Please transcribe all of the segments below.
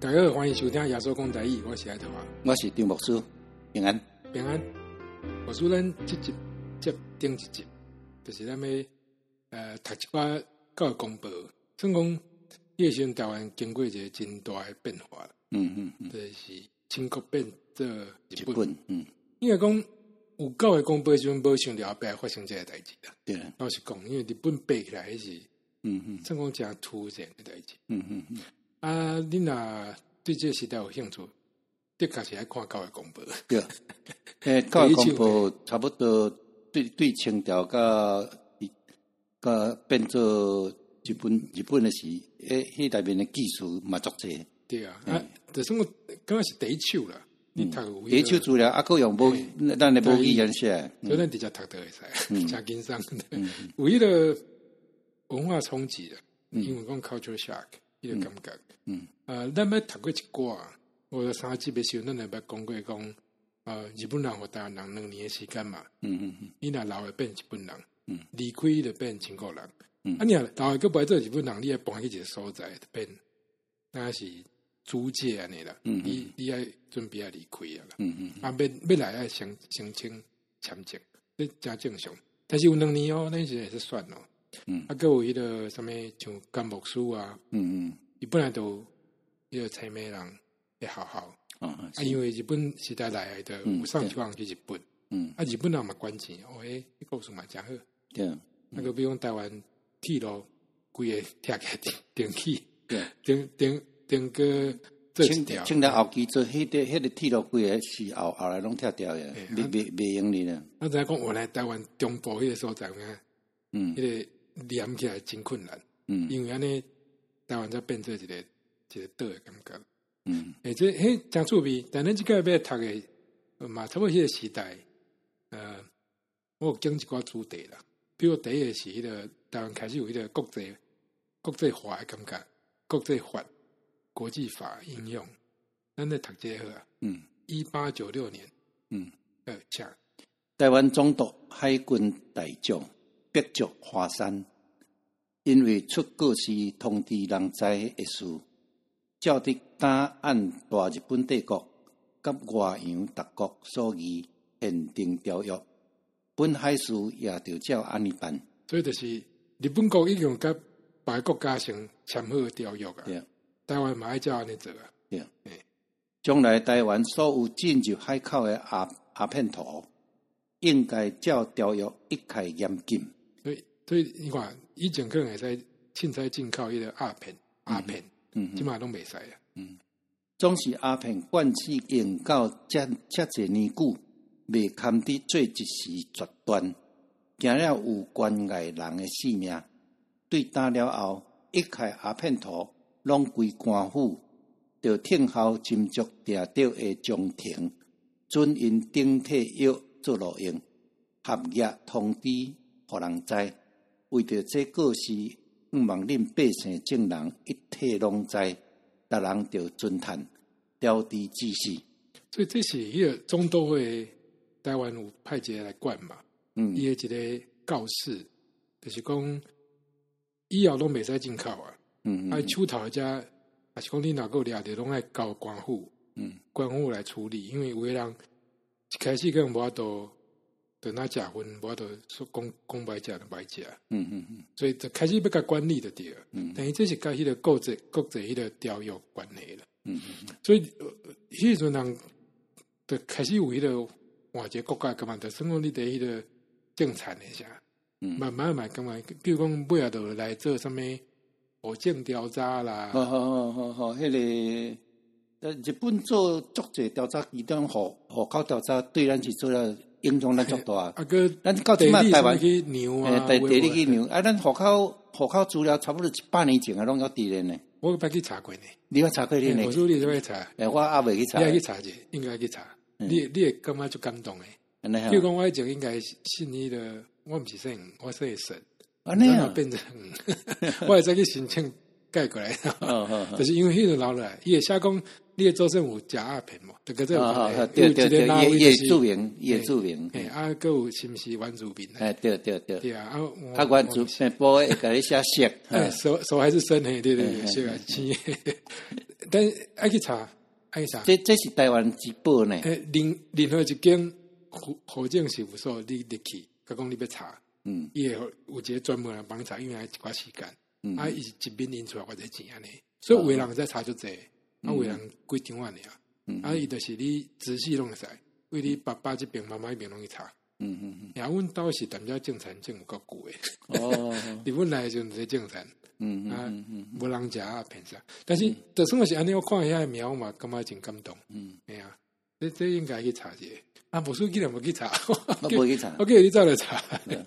大家好，欢迎收听耶稣讲台语，我是爱头啊， 我是张牧师，平安。 平安。牧师咱这集接顶一集，就是咱要读一寡教育公报，算讲迄个时阵台湾经过一个真大的变化啦。就是清国变做日本。因为讲有教育公报时阵，无想到后壁发生这个代志啦。 对啊， 老实讲，因为日本爬起来是算讲真突然的代志。啊，恁若对这个时代有兴趣，的确是爱看教育公报。 对，教育公报差不多对清朝甲变做日本的时，迄内面的技术嘛足济。 对啊，就算我感觉是第一手啦。你读第一手资料，啊，个用无咱的无语言写， 所以咱直接读倒会使，真轻松。有迄个文化冲击啦，英文讲 culture shock， 迄个感觉。咱要读过一寡，我三集的时候，咱也捌讲过讲，日本人和台湾人2年的时间嘛。你若老的变日本人，离开就变中国人。啊，你若老的佫不爱做日本人，你要搬去一个所在就变，那是租界安尼啦。你要准备要离开啊啦。要来要申请签证，这真正常。但是有2年哦，咱是也是算哦。佫有迄个什么像甘木书啊。伊本来都迄个采美人会好好，因为日本时代来的有上去去日本，日本人嘛管钱，迄故事嘛真好。 对， 那个比如台湾铁路规个拆起电起，电个做一条， 清朝后期做迄个铁路规个是后来拢拆掉的，袂用哩啦。 我知影讲原来台湾中部迄个所在迄个连起来真困难，因为安尼。台湾才变做一个岛的感觉。这真趣味。但咱即个要读的嘛，差不多迄个时代，我有讲一寡主题啦。比如第一个是迄个台湾开始有迄个国际化的感觉，国际法、国际法应用。咱咧读这个好啊。1896年，请台湾总督海军大将白石华山。因为出告示通知人知的事，照得答按大日本帝国甲外洋各国所议限定条约，本海事也就照安尼办。 所以就是日本国已经甲别个国家签好条约啊。台湾嘛爱照安尼做啊。 将来台湾所有进入海口的鸦片图，应该照条约一概严禁。 所以你看，以前可能会使凊彩进口迄个鸦片，即马拢袂使啊。 总是鸦片惯起用到遮侪年久，未堪得做一时决断，惊了有关爱人的性命。对打了后，一概鸦片图拢归官府，就听候斟酌定着的中庭，准因顶替约做路用，合约通知互人知。为着这个是毋望恁百姓众人一体拢知，逐人就尊叹，了知之事。 所以这是迄个中都会台湾有派一个来管嘛。伊的一个告示，就是讲以后拢袂使进口啊。手头遮，也是讲你若个掠着拢爱交官府，官府来处理，因为有个人一开始可能无法度。就那食薰，无都说讲歹食就歹食。所以就开始要甲管理就对了。但是这是甲迄个国际迄个条约关系了。所以迄阵人就开始有迄个换一个国家，感觉就算讲你伫迄个政产的啥，慢慢感觉，比如讲尾仔就来做啥物火箭调查啦。 迄个日本做足侪调查，伊当户口调查对咱是做了。影响咱足大，咱到即摆台湾去牛啊， 地理去牛，咱户口资料差不多100年前拢有伫咧呢。 我捌去查过呢， 你捌查过呢？ 我说你怎么查？ 我还未去查。 你要去查者，应该去查。你会感觉就感动诶。比如讲，我以前应该信你的，我毋是信，我是神。 安尼啊， 变成我会再去申请改过来。就是因为迄个老了，伊会写讲。你的周政府食鸦片嘛？这个这个对，也著名，也著名。 啊，还有是毋是原住民？ 对。 对啊， 原住民波会甲你写写。 手还是生嘿，对，写啊青。 但是爱去查， 这是台湾之宝呢。 任何一间户政事务所，你入去，佮讲你要查，伊会有一个专门人帮查，因为一寡时间，伊是一面印出来或者钱安尼，所以有的人在查就济，有的人几张安尼伊就是你仔细弄使，为你爸爸这边、妈妈这边容易查。阮兜是踮遮种田种有够久诶。日本来的时阵在种田，无人食啊骗啥。但是就算是安尼，我看遐苗嘛，感觉真感动。哎呀，这应该去查一下。无书记然无去查， 我无去查， 我叫你走来查。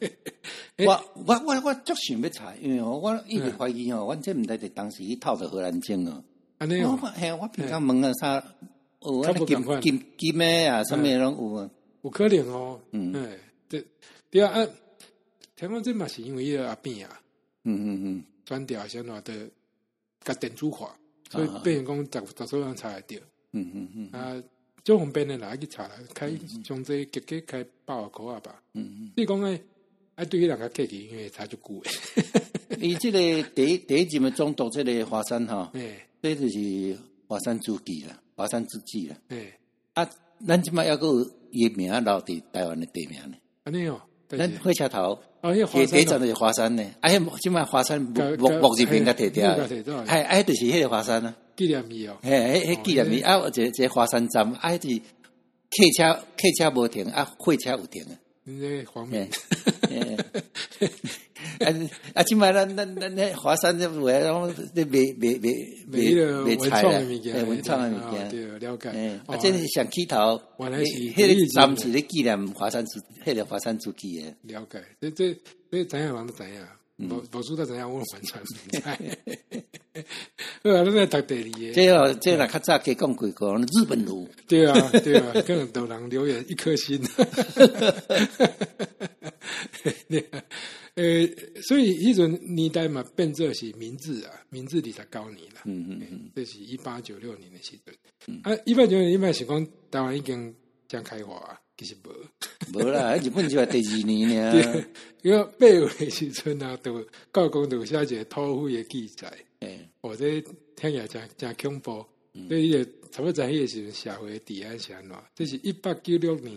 我足想要查，因为我一直怀疑阮这毋知伫当时去套着荷兰种哦。 安尼哦， 我平常问啊啥，金诶啊，啥物拢有啊。 有可能哦，对啊，听讲这嘛是因为伊个阿扁啊，转调先话的甲电子化，所以变成讲十所人查会着，最方便的啦，去查啦，开从这结开80块啊吧，你讲诶，对于人家客气，因为查足久诶。 伊即个第一阵的总督，即个华山哈，这就是华山之记啦，华山之记啦，咱即摆还阁有伊名留伫台湾的地名呢。 安尼哦， 咱火车头迄第一站就是华山呢。即摆华山木字边甲摕掉，就是迄个华山啊。 纪念伊哦。 迄纪念伊一个华山站，是客车无停，火车有停啊。 你这方面。 即摆咱华山这有诶，拢咧卖菜啦，文创诶物件， 对，了解。 这是上起头， 原来是迄个站是咧纪念华山迄个华山之记诶。 了解，这知影人都知影，无输都知影，我完全唔知。好啊，咱来读第二个。 这若较早加讲几个日本路。 对啊，可能有人留言1颗星。所以迄阵年代嘛，变做是明治29年啦。这是1896年的时阵。1896年，你莫想讲台湾已经将开发啊，其实无啦，日本就第2年尔。 因为8月的时阵啊，就教工就写一个土匪的记载。这听起来真恐怖。所以差不多在迄个时阵，社会治安是安怎？这是1896年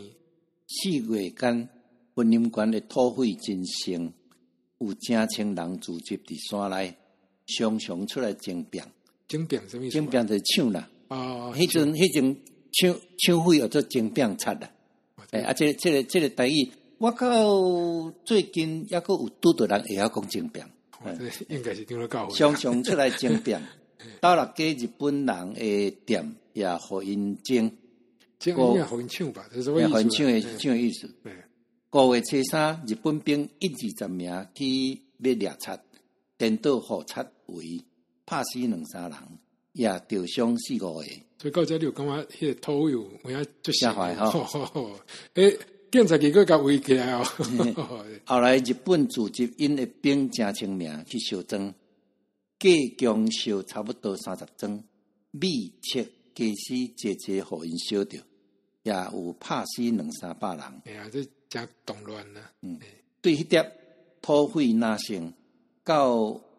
4月间，云林县的土匪真盛。有正千人聚集伫山内，常常出来争辩。 争辩什么意思？ 争辩就是抢啦。迄阵抢匪叫做争辩贼啦。这个台语，我到最近还阁有拄到人会晓讲争辩。 应该是听了教会。 常常出来争辩，到了家日本人的店也互因争。 应该互因抢吧？这是什么意思？ 互因抢的意思。5月初3，日本兵120名去要掠贼，颠倒互贼围，拍死2-3人，也吊伤4-5个。 所以到这里有感觉，迄个土有影足吓坏吼。 警察结果甲围起来哦。 后来日本组织因的兵成千名去烧庄，计共烧差不多30庄，米切家私节互因烧掉，也有拍死200-300人。 哎呀，这真动乱啦。 对迄碟土匪那成，到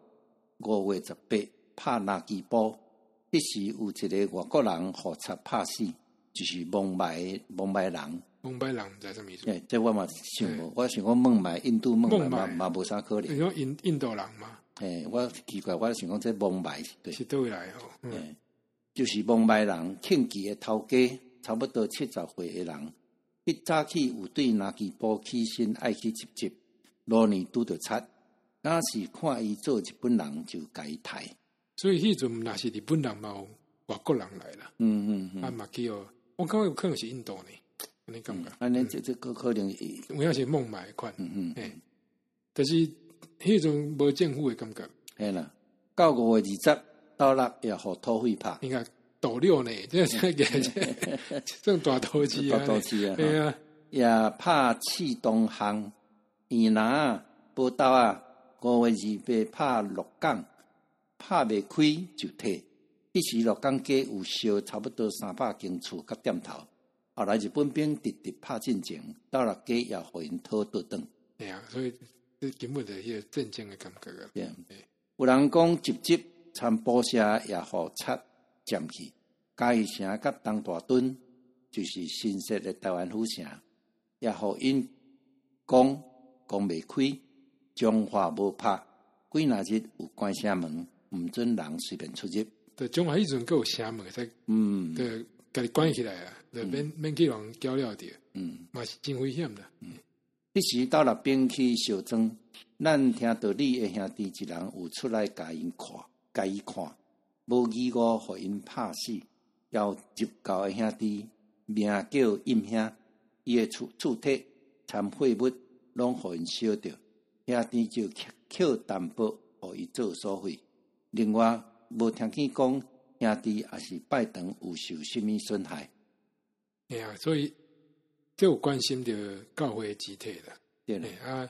5月18拍垃圾埔，迄时有一个外国人互贼拍死，就是蒙买人。 蒙买人在什么意思？ 这我嘛想无，我想讲蒙买印度蒙买嘛无啥可能。 你说印度人嘛？ 我奇怪，我想讲这蒙买对。 是倒来哦。 就是蒙买人，庆记的头家，差不多70岁的人。一早起有对垃圾埔起身爱去接，路年拄着贼，若是看伊做日本人就甲伊刣。 所以迄阵若是日本人嘛，有外国人来啦。嘛去哦，我感觉有可能是印度呢。你感觉？ 安尼这个可能有影是孟买款。但是迄阵无政府的感觉。 嘿啦，到5月20到6也互土匪拍。 应该斗6呢，这大头机啊！ 大头机啊！ 对啊， 也拍启东巷、宜兰、报道啊，5月28拍鹿港，拍未开就退。迄时鹿港街有烧差不多300间厝甲店头，后来日本兵直拍进前，到了街也互因讨倒转。 对啊，所以这根本就是迄个战争的感觉啊。 有人讲直接参捕社也互贼， 占去。嘉义城甲东大墩就是新设的台湾府城，也互因讲袂开，中华无拍，几若日有关城门，毋准人随便出入。 对，中华迄阵佫有城门，才对，家己关起来啊，对，免去人搅了着，嘛是真危险的。 迄时到了边去小庄，咱听到你的兄弟一人有出来甲伊看，无义务互因拍死，要入教的兄弟名叫임兄，伊的厝体参废物拢互因烧着，兄弟就扣担保互伊做所费。另外，无听见讲兄弟也是拜堂有受什么损害。 哎呀，所以这有关心着教会的集体啦。 对嘞啊，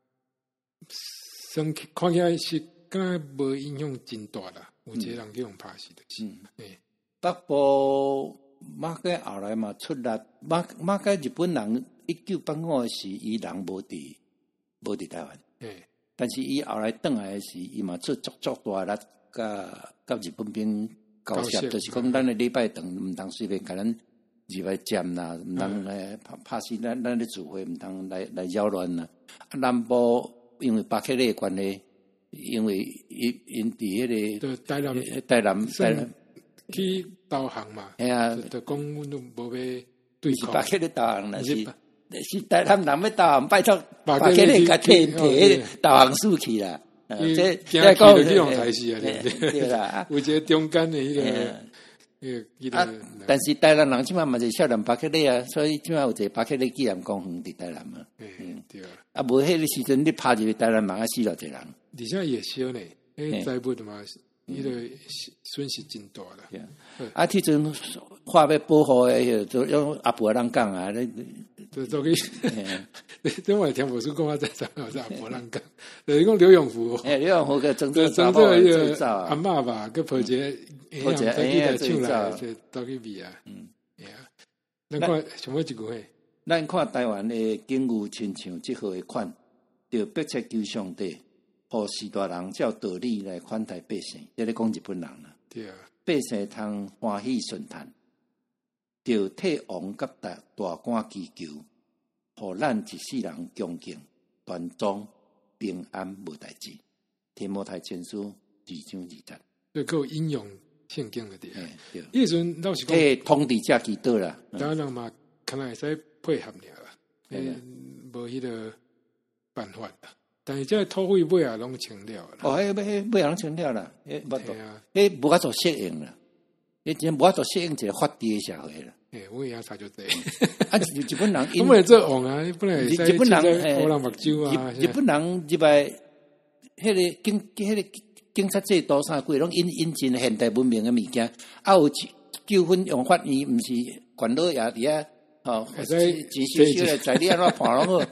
看起来是敢无影响真大啦。有一个人去用拍死的是。 北部马街后来嘛出力，马街日本人1985时，伊人无伫台湾。但是伊后来转来时，伊嘛出足大力，甲日本兵交涉，就是讲咱的礼拜堂毋通随便甲咱入来占啦，毋通拍死咱的聚会，毋通来扰乱啦。南部因为巴克利的关系，因为因伫迄个台南去导航嘛，就讲阮都无要对抗。 巴克利导航啦，是台南人要导航，拜托巴克利甲摕导航数去啦。 这讲去用台视啊， 对啦。 有一个中间的迄个， 但是台南人即马嘛是少年巴克利啊，所以即马有一个巴克利纪念公园伫台南嘛。 对啊。 啊，无迄个时阵，你拍入去台南人啊死了一个人。 而且也少呢，财物嘛，迄个损失真大啦。 啊，迄阵话要保护的，就用阿婆人讲啊， 都去。等我听无叔讲，我在讲是阿婆人讲，就是讲刘永福。 刘永福个整个迄个阿嬷吧，个抱一个，抱一个唱来，就倒去比啊。咱看想要一句话， 咱看台湾的警务亲像即号的款，就迫切求上帝，互士大人照道理来款待百姓。即个讲日本人啦， 对啊， 百姓通欢喜顺叹，就替王甲大官祈求，互咱一世人恭敬、端庄、平安无代志。提摩太前书2章2节， 对，够引用圣经的对。迄阵老实讲， 通知者祈祷啦， 台湾人嘛，可能会使配合了啦，无迄个办法啦。但是这土匪尾啊，拢清了啦。 迄尾啊拢清了啦，无多，无法做适应啦，真无法做适应一个法治的社会啦。 我也差就对。 啊，日本人我们做王啊，本来日本人乌兰目睭啊， 日本人入来，迄个警察制度啥鬼，拢引进现代文明的物件。啊，有纠纷用法院，毋是管老爷伫遐，真实来在你安怎判拢好。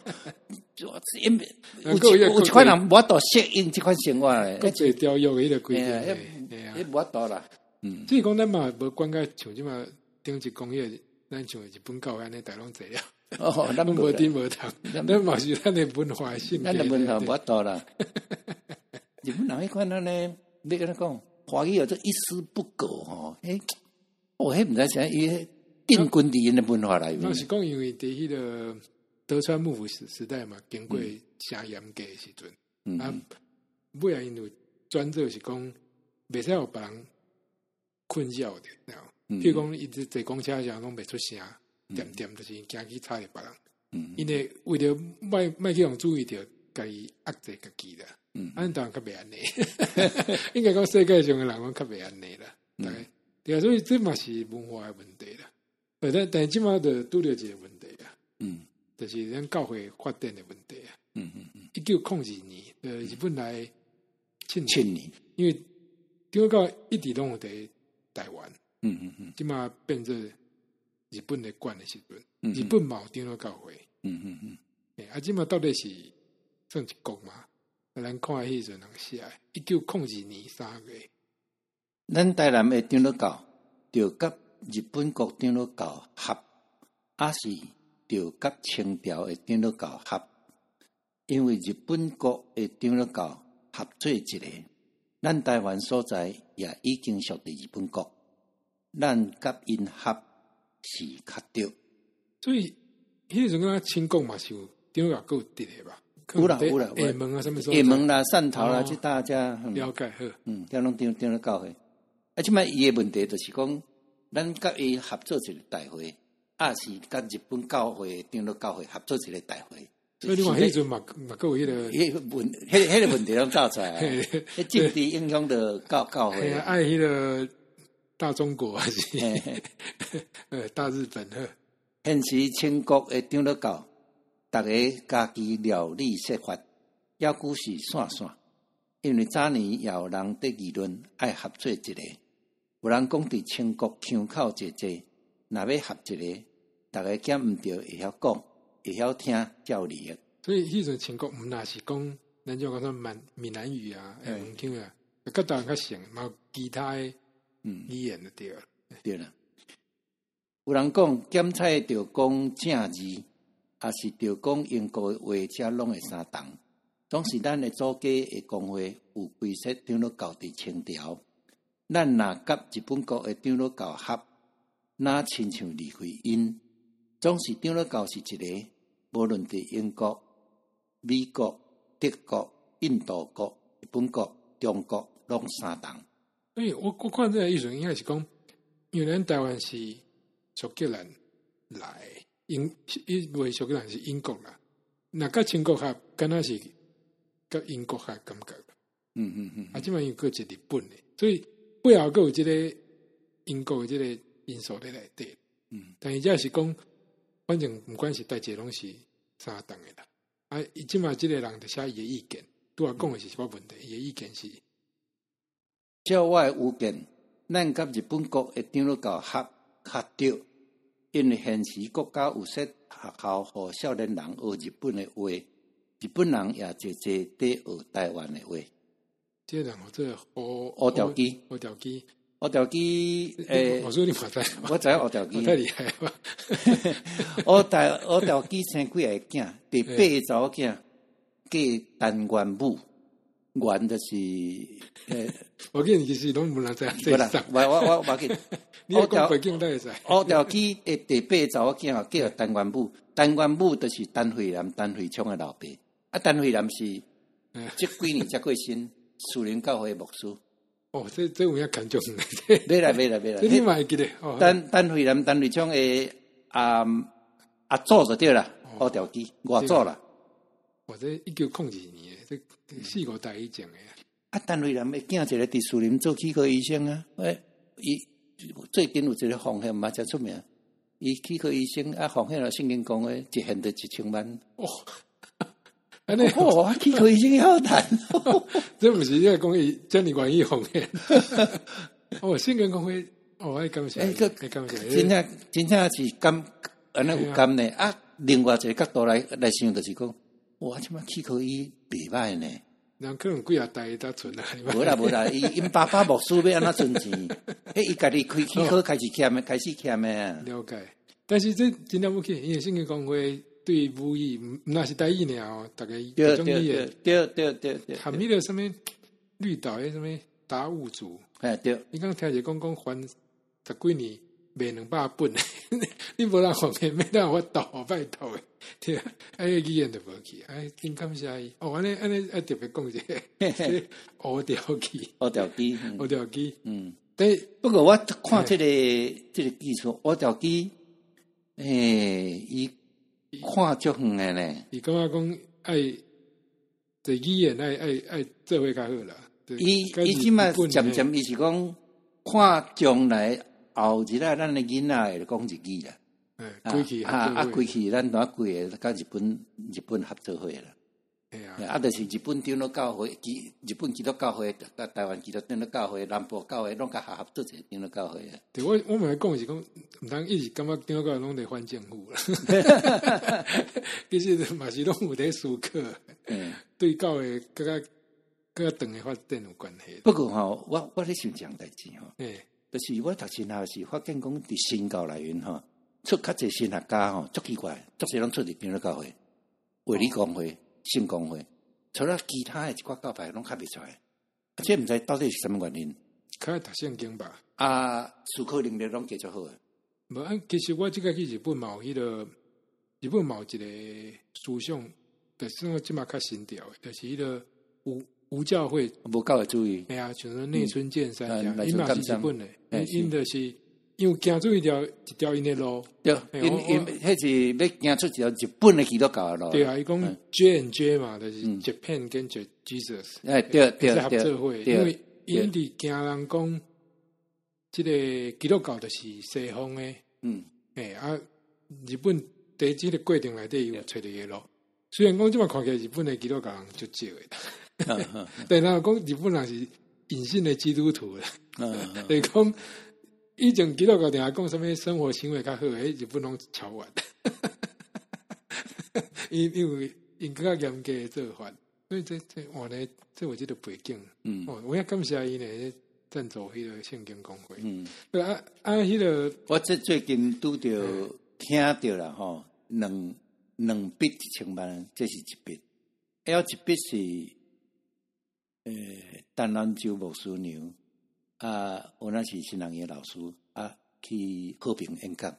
有一款人无法度适应即款生活诶， 国际条约迄个规定， 迄无法度啦。 所以讲咱嘛无管个像即嘛顶一工业，咱像日本教安尼大拢坐了。咱无顶无头，咱嘛是咱的文化性。 咱的文化无法度啦。日本人迄款安尼，要安怎讲？华语有这一丝不苟吼，迄毋知啥，伊定军伫因的文化内面。 那是讲因为伫迄个德川幕府时代嘛，经过诚严格的时阵，尾啊因为专做是讲，袂使互别人困扰的，譬如讲，伊坐公车上拢袂出声，点就是惊去吵着别人。因为为着莫去互注意着，家己压制家己啦。咱当然较袂安尼，应该讲世界上的人拢较袂安尼啦。对啊，所以这嘛是文化的问题啦。但即马就拄着一个问题啦。就是咱教会发展的问题啊。1902年，日本来7年，因为顶到一直拢有伫台湾。即马变做日本的管的时阵，日本嘛有顶到教会。即马到底是算一国嘛？咱看迄阵人写1902年3月， 咱台南的长老教就甲日本国长老教合，是就甲清朝的长老教合，因为日本国的长老教合做一个，咱台湾所在也已经属于日本国， 咱甲因合是较对。 所以迄阵个清国嘛是有长老够伫咧吧？ 有啦， 厦门啊，什么厦门啦、汕头啦，即大家了解好。 遐拢长老教会。即摆伊诶问题就是讲，咱甲伊合作一个大会，是甲日本教会、长老教会合作一个大会。 所以你看迄阵嘛够有迄个， 迄个问题拢造出来，迄政治影响着教会。 爱迄个大中国还是大日本呵。 现时清国诶长老教，逐个家己料理设法，要古是散散。因为早年也有人伫议论爱合作一个，有人讲伫清国腔口济济，若要合一个，逐个兼毋着会晓讲。会晓听教理， 所以迄阵清国毋那是讲，咱就讲说闽南语啊、闽腔啊，较多人较熟，嘛有其他诶语言就对了。 对啦，有人讲检采着讲正字，也是着讲英国诶话，遮拢会相同。总是咱诶祖家诶讲话有规说长老教伫清朝，咱若甲日本国诶长老教合，哪亲像离开因。总是长老教是一个，无论伫英国、美国、德国、印度国、日本国、中国，拢相同。 所以我看这个意思应该是讲，因为咱台湾是苏格兰来，因为苏格兰是英国啦，那甲清国合，敢若是甲英国合感觉。即摆又搁一日本诶，所以背后搁有即个英国诶即个因素在内底。但伊只是讲。反正毋管是代志，拢是相同诶啦。伊即马即个人就写伊诶意见，拄我讲诶是什么问题？伊诶意见是， 照我诶有见，咱甲日本国诶长老教合较对，因为现时国家有设学校，互少年人学日本诶话，日本人也侪侪伫学台湾诶话。 即个人学学条机，学条机， 我说你嘛知， 我知学条机， 太厉害了。 学条机生几个囝，第8个查某囝，嫁单元母，元就是我见其实拢无人知。 我记。 你讲北京会使。 学条机诶第8个查某囝嫁单元母，单元母就是单惠南、单惠昌诶老爸。单惠南是即几年才过身，树林教会牧师。 这有影看中诶。买来。 这你嘛会记得？ 单惠南、单惠昌诶阿祖就对啦，学条机外祖啦。 这1902年诶，这4-5代以前诶。 单惠南诶囝一个伫树林做齿科医生啊，伊最近有一个奉献嘛，真出名。伊齿科医生奉献了圣经讲诶，一献得1000万。齿科医生好谈。 这不是因为讲伊将你愿意奉献。圣经讲会，爱感谢，感谢。 真正是感安尼有感呢。另外一个角度来想，就是讲，哇，即摆齿科医袂歹呢。 人可能几啊代才存啊。 无啦，因爸爸牧师要安怎存钱？伊家己开齿科开始欠的啊。 了解，但是这真了不起，因为圣经讲会。对母语，那是台语尔大概各种语言， 对， 含迄个什么绿岛诶，什么达悟族， 对。 你刚听者讲还10几年卖200本，你无人方面，没人我倒拜托诶，对，语言就无去，真感谢伊。安尼特别讲者，学条机， 对。不过我看这个技术，学条机，伊。看足远诶呢， 伊感觉讲爱这语言爱做伙较好啦。 伊即摆渐伊是讲看将来后日咱诶囡仔会讲日语啦。归去咱哪几个甲日本合作伙啦。就是日本长老教会、日本基督教会、甲台湾基督长老教会、南部教会，拢甲合作一个长老教会啊。 对，我们讲是讲，毋通一直感觉长老教会拢在反政府啦。其实嘛是拢有在思考，对教会更长的发展有关系。 不过我咧想一样代志就是我读神学时发现讲，伫新教内面出较侪神学家足奇怪，足侪拢出伫长老教会、卫理公会。圣公会，除了其他的一寡教派拢看不出来，而且毋知到底是什么原因。 较读圣经吧。 思考能力拢继续好诶。 无其实我即个去日本嘛有迄个日本嘛有一个思想，就是我即马较新调诶，就是迄个无教会无够会注意。 哎呀，像内村健三这样，伊嘛是日本诶，因就是因为行出一条因诶路， 对，因迄是要行出一条日本诶基督教诶路。 对啊，伊讲 J&J 嘛，就是 Japan 跟 Jesus， 对， 合作会，因为因伫惊人讲，即个基督教就是西方诶，日本伫即个过程内底有找到个路，虽然讲即马看起来日本诶基督教人足少诶，但然后讲日本人是隐性诶基督徒啦，就是讲。以前基督教定下讲什么生活行为较好，日本拢超完，因为因更加严格的做法，所以这我呢，这我记得背景，我也感谢伊呢赞助迄个圣经公会，迄个我最近拄着听着啦吼，两笔1000万，这是一笔，还有一笔是丹兰州牧师娘。我那是新人的老师去和平演讲，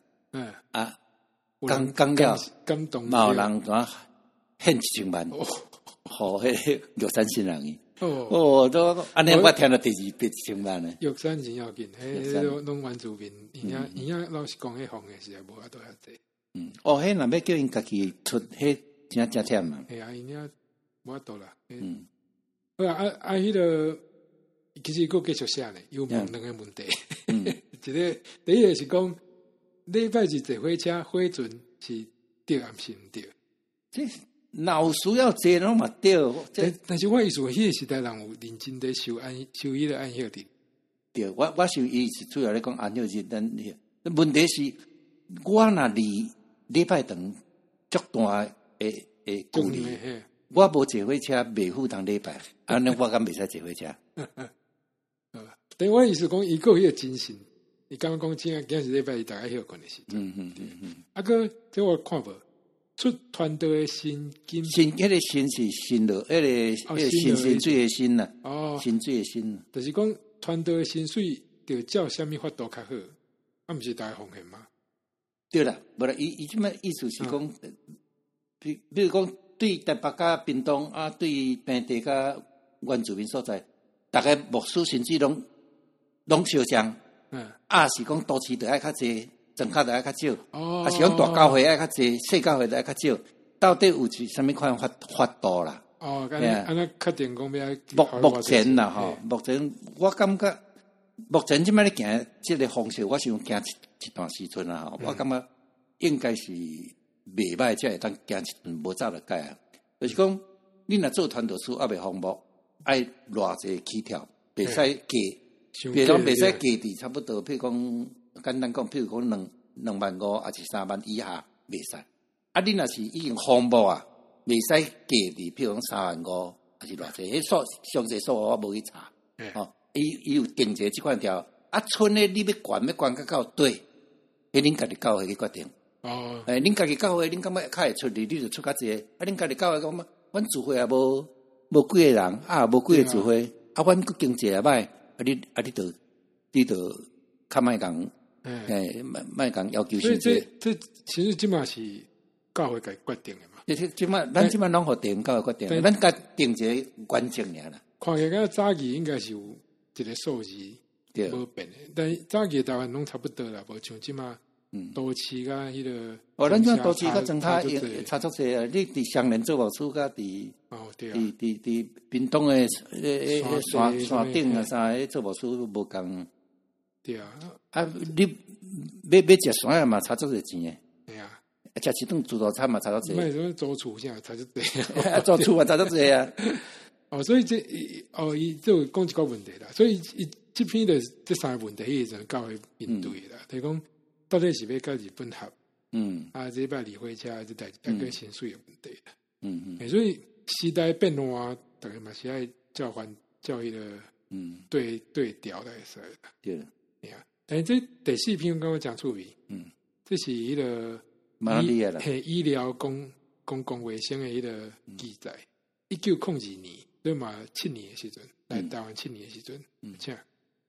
讲了感动， 嘛有人讲献1000万，互迄玉山新人的，都安尼我听到第二笔1000万呢。 玉山真要紧，迄拢原住民，伊老实讲，迄行的实在无法度遐济。 迄若要叫因家己出，迄真忝嘛。 系啊，因遐无法度啦。迄个。其实佫继续写呢，有两个问题。一个第一个是讲，礼拜日坐火车火准是对还是毋对？ 这哪有需要坐拢嘛对？ 但是我意思，迄个时代人有认真在修迄个安息日。 对，我想伊是主要咧讲安息日，但问题是，我若离礼拜长足大诶距离，我无坐火车，未赴当礼拜，安尼我敢袂使坐火车。 但我意思讲，伊个迄个精神，伊刚刚讲今日礼拜日大家休困的时阵，个这我看无出团队的薪金， 迄个薪是薪了，迄个薪水的薪啦，薪水的薪， 就是讲团队的薪水着照虾米法度较好，毋是大家奉献吗？ 对啦，无啦，伊即摆意思是讲，比如讲对台北甲屏东对平地甲原住民所在，大家牧师薪水拢相像，是讲都市就爱较济，庄脚就爱较少，是讲大教会爱较济，小教会就爱较少，到底有是啥物款法度啦？ 安尼确定讲要目前啦吼，目前我感觉，目前即摆咧行即个方式，我想行一段时阵啦吼，我感觉应该是袂歹，才会当行一段无早就改啊。就是讲，你若做团队书还袂方便，爱偌济起跳，袂使加，袂使加伫差不多，譬如讲简单讲，譬如讲25000还是3万以下，袂使。你若是已经方便啊，袂使加伫，譬如讲35000还是偌济，迄详细数我无去查。伊有定一即款条，剩诶你要管较到对，迄恁家己教会去决定。恁家己教会，恁感觉较会出力，你就出较济。恁家己教会讲嘛，阮聚会也无几个人，无几个聚会，阮佫经济也歹，你就较莫讲，莫讲要求薪水。 这其实即码是教会家决定诶嘛。 咱即摆拢互地方教会决定，咱家定一个原则尔啦。 看起来早期应该是有一个数字无变诶，但早期台湾拢差不多啦，无像即马。都市甲迄个， 咱即都市甲庄脚差足济啊！你伫双连做务处甲伫屏东诶山顶啊啥诶做务处无共。 对啊， 你要食山啊嘛，差足济钱诶。 系啊， 食一顿自助餐嘛，差足济。 卖做租厝啥差足济， 租厝啊差足济啊。 所以伊就讲一个问题啦。所以这篇的这3个问题，伊就教会面对啦。就是讲。到底是要甲日本合？这摆离火车这代一个薪水的问题啦。所以时代变化，大家嘛是爱交换教育的，对调来说啦。 对啦， 但是这第4篇刚刚讲出去，这是迄个医疗公共卫生的迄个记载，1902年，对嘛7年的时阵，来台湾7年的时阵，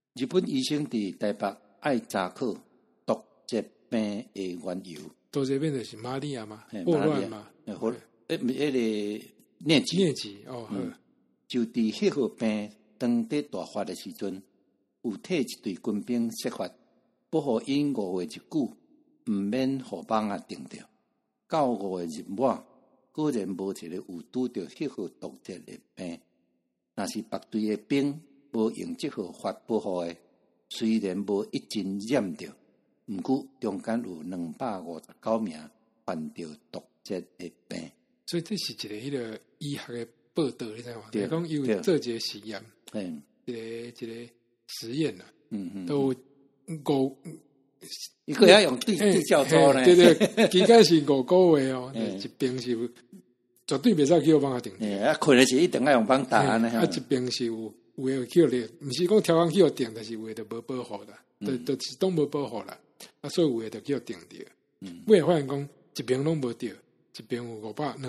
日本医生伫台北爱查克毒疾病的缘由。 毒疾病就是玛利亚嘛，霍乱嘛， 迄个疟疾哦， 就伫迄号病当地大发的时阵，有替一队军兵设法保护因5月一久，毋免互网啊定着。到5月日末，果然无一个有拄着迄号毒疾的病。若是别队的兵无用即号法保护的，虽然无一针染着，毋过中间有259名患着毒疾的病。 所以这是一个迄个医学的报道，你知影吗？讲有做一个实验，一个实验啦，都5， 伊个要用对照组呢， 对，期间是5个月哦，一边是绝对袂使去帮他定。 困的是一定要用帮打呢。 一边是有诶去咧，毋是讲调工去定，但是有诶就无保护啦，就是都无保护啦。所以有诶就去定着。尾发现讲一边拢无着，一边有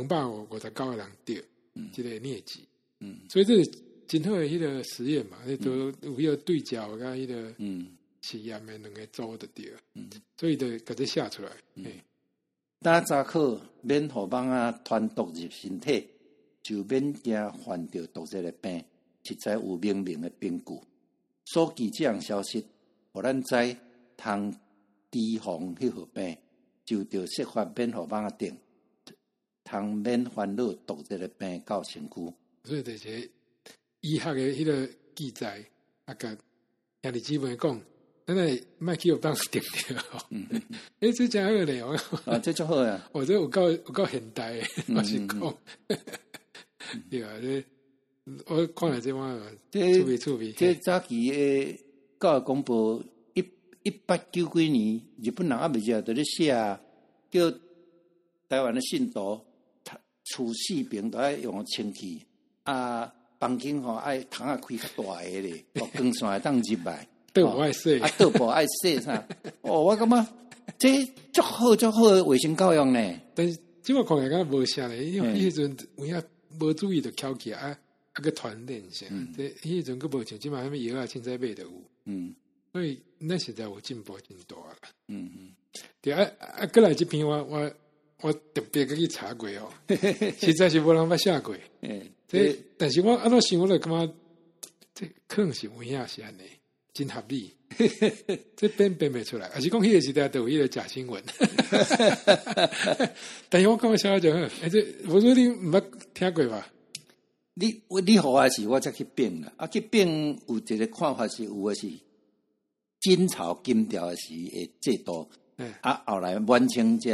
259个人着，即个疟疾。所以这是真好诶迄个实验嘛，都有迄个对照甲迄个实验诶2个组就对，所以就甲这写出来。 打早课免互网啊传毒入身体，就免惊患着毒疾的病，实在有明明的凭据。所记这样消息，互咱知通提防迄号病，就着设法免互网啊定，通免烦恼毒疾的病到身躯。 所以就是医学的迄个记载，甲兄弟姊妹讲。咱来莫去互网定着，这真好咧哦！ 这足好啊！ 这有够现代诶，我是讲，对啊，我看来这碗趣味。 这早期诶教育公布，1890几年，日本人还未晓得咧写，叫台湾的信徒，厝4边都爱用氢气，房间吼爱窗啊开较大个咧，光线会当入来。 倒无爱洗， 倒无爱洗啥？我感觉这足好的卫生教育呢。 但是即摆看起来敢无啥咧，因为迄阵有影无注意就翘起个团练性，这迄阵佫无像即摆啥物药啊、凊彩买都有。所以咱现在有进步真大啦。对过来这篇我特别去查过哦，实在是无人捌写过。但是我安怎想，我就感觉这可能是有影是安尼。真合理，这编不出来，还是讲迄个时代都有迄个假新闻。但是我感觉小就好，这我说你毋捌听过吧？ 你好啊是我才去编啦，去编有一个看法是有诶是金朝金朝诶时诶制度，后来满清才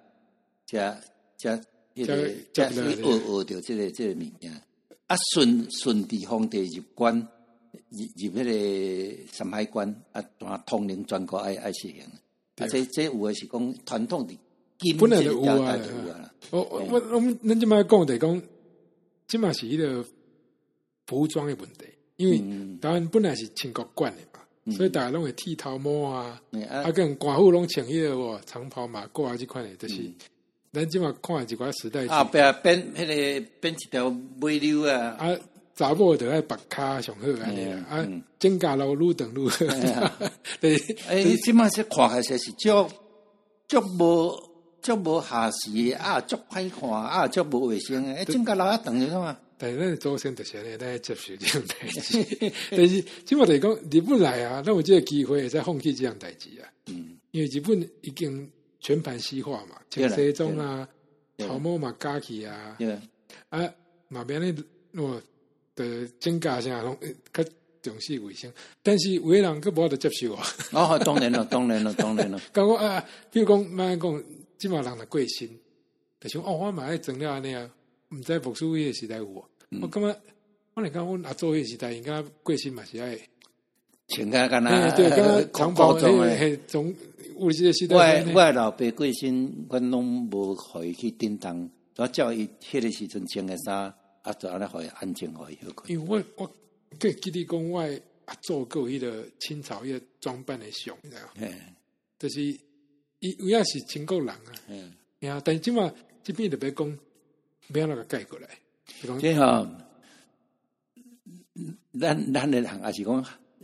学着这个物件，顺治皇帝入关。入迄个山海关统领全国爱实行，这有诶是讲传统的金本来就有啊。我们咱即摆讲就是讲，即摆是迄个服装的问题，因为台湾本来是清国管的嘛，所以大家拢会剃头毛啊，跟官府拢穿迄个长袍马褂啊，这款的，就是咱即摆看一寡时代编迄个编一条尾溜啊。 查某就爱白骹上好安尼啦，指甲路愈长愈好。 即摆说看起来是足无下时足歹看足无卫生诶，指甲路啊长是嘛？ 但是咱祖先就是安尼，咱接受这种代志。但是即摆就是讲日本来啊，咱有这个机会再放弃这样代志啊。因为日本已经全盘西化嘛，穿西装啊，头毛嘛加起啊，嘛免咧的指甲啥拢较重视卫生，但是有个人佫无法度接受啊。 当然了。 讲我比如讲，莫讲，即马人来过身，就想我嘛爱装了安尼啊，毋知牧师迄个时代有无？我感觉，我来讲，阮阿祖迄个时代应该过身嘛是爱穿甲干那， 对，敢长袍迄种，有这个时代。 我老爸过身，阮拢无互伊去叮当，我叫伊迄个时阵穿诶衫。就安尼互伊安静互伊好看。 因为我记得讲，我阿祖有迄个清朝迄个装扮的相，你知影？就是伊有影是清国人啊。但是即马这边就别讲，不要那个改过来。 即吼，咱的人也是讲，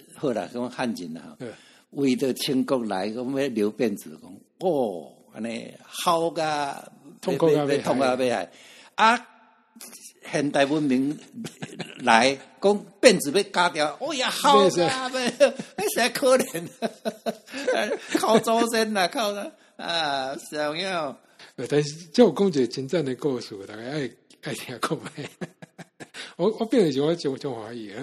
好啦，讲汉人啦，为着清国来，讲要留辫子，讲哦，安尼好噶， 痛苦啊， 痛啊，要害啊！现代文明来，讲辫子要加掉，哦呀，好噶，那谁可怜？靠祖先啦，靠啦啊，小样。 但是叫我讲一个真正的故事，大家爱听讲诶。我变的时候我就怀疑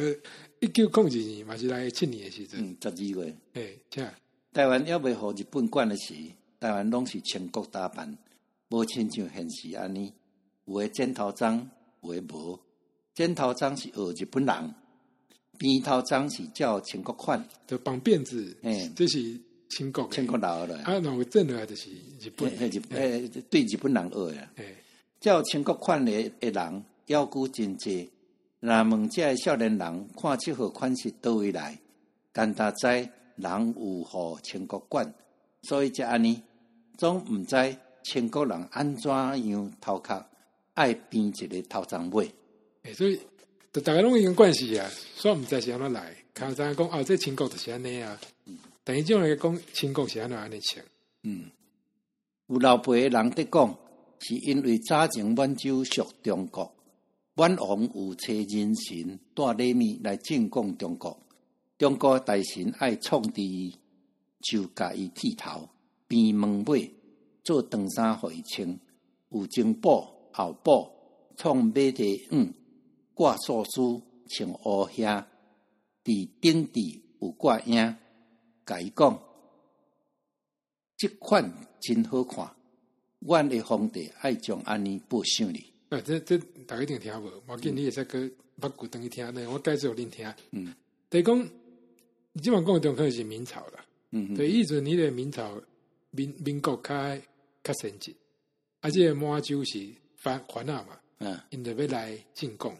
，1902年嘛是来7年的时阵 ，12月， 这台湾要未互日本管的时，台湾拢是清国打扮，无亲像现时安尼，有诶剪头章，有诶无。剪头章是学日本人，边头章是照清国款， 就绑辫子，这是清国老的， 啊，然后正的就是日本， 对日本人学的，照清国款的人要求真济。若问这少年人看这号款式倒位来，干大知人有互清国管，所以才安尼，总毋知清国人安怎样头壳爱编一个头章尾。 所以大家拢已经关系啊，所以毋知是安怎来。看咱讲这清国就是安尼啊，等于种来讲清国是安怎安尼穿。 有老辈的人伫讲，是因为早前满洲属中国。阮王有找人神带礼物来进贡中国，中国大臣爱创治伊，就甲伊剃头、编门尾，做长衫互伊穿，有前补、后补，创马蹄挂素丝，穿乌靴，伫顶底有挂影，甲伊讲，即款真好看，阮的皇帝爱将安尼报赏你。 这大家一定听无，我见你会使去捌骨等去听呢。我介绍恁听。等于讲，你即晚讲的中可能是明朝啦。对，以前你的明朝民国较先进，而且满洲是反啊嘛，因着要来进贡。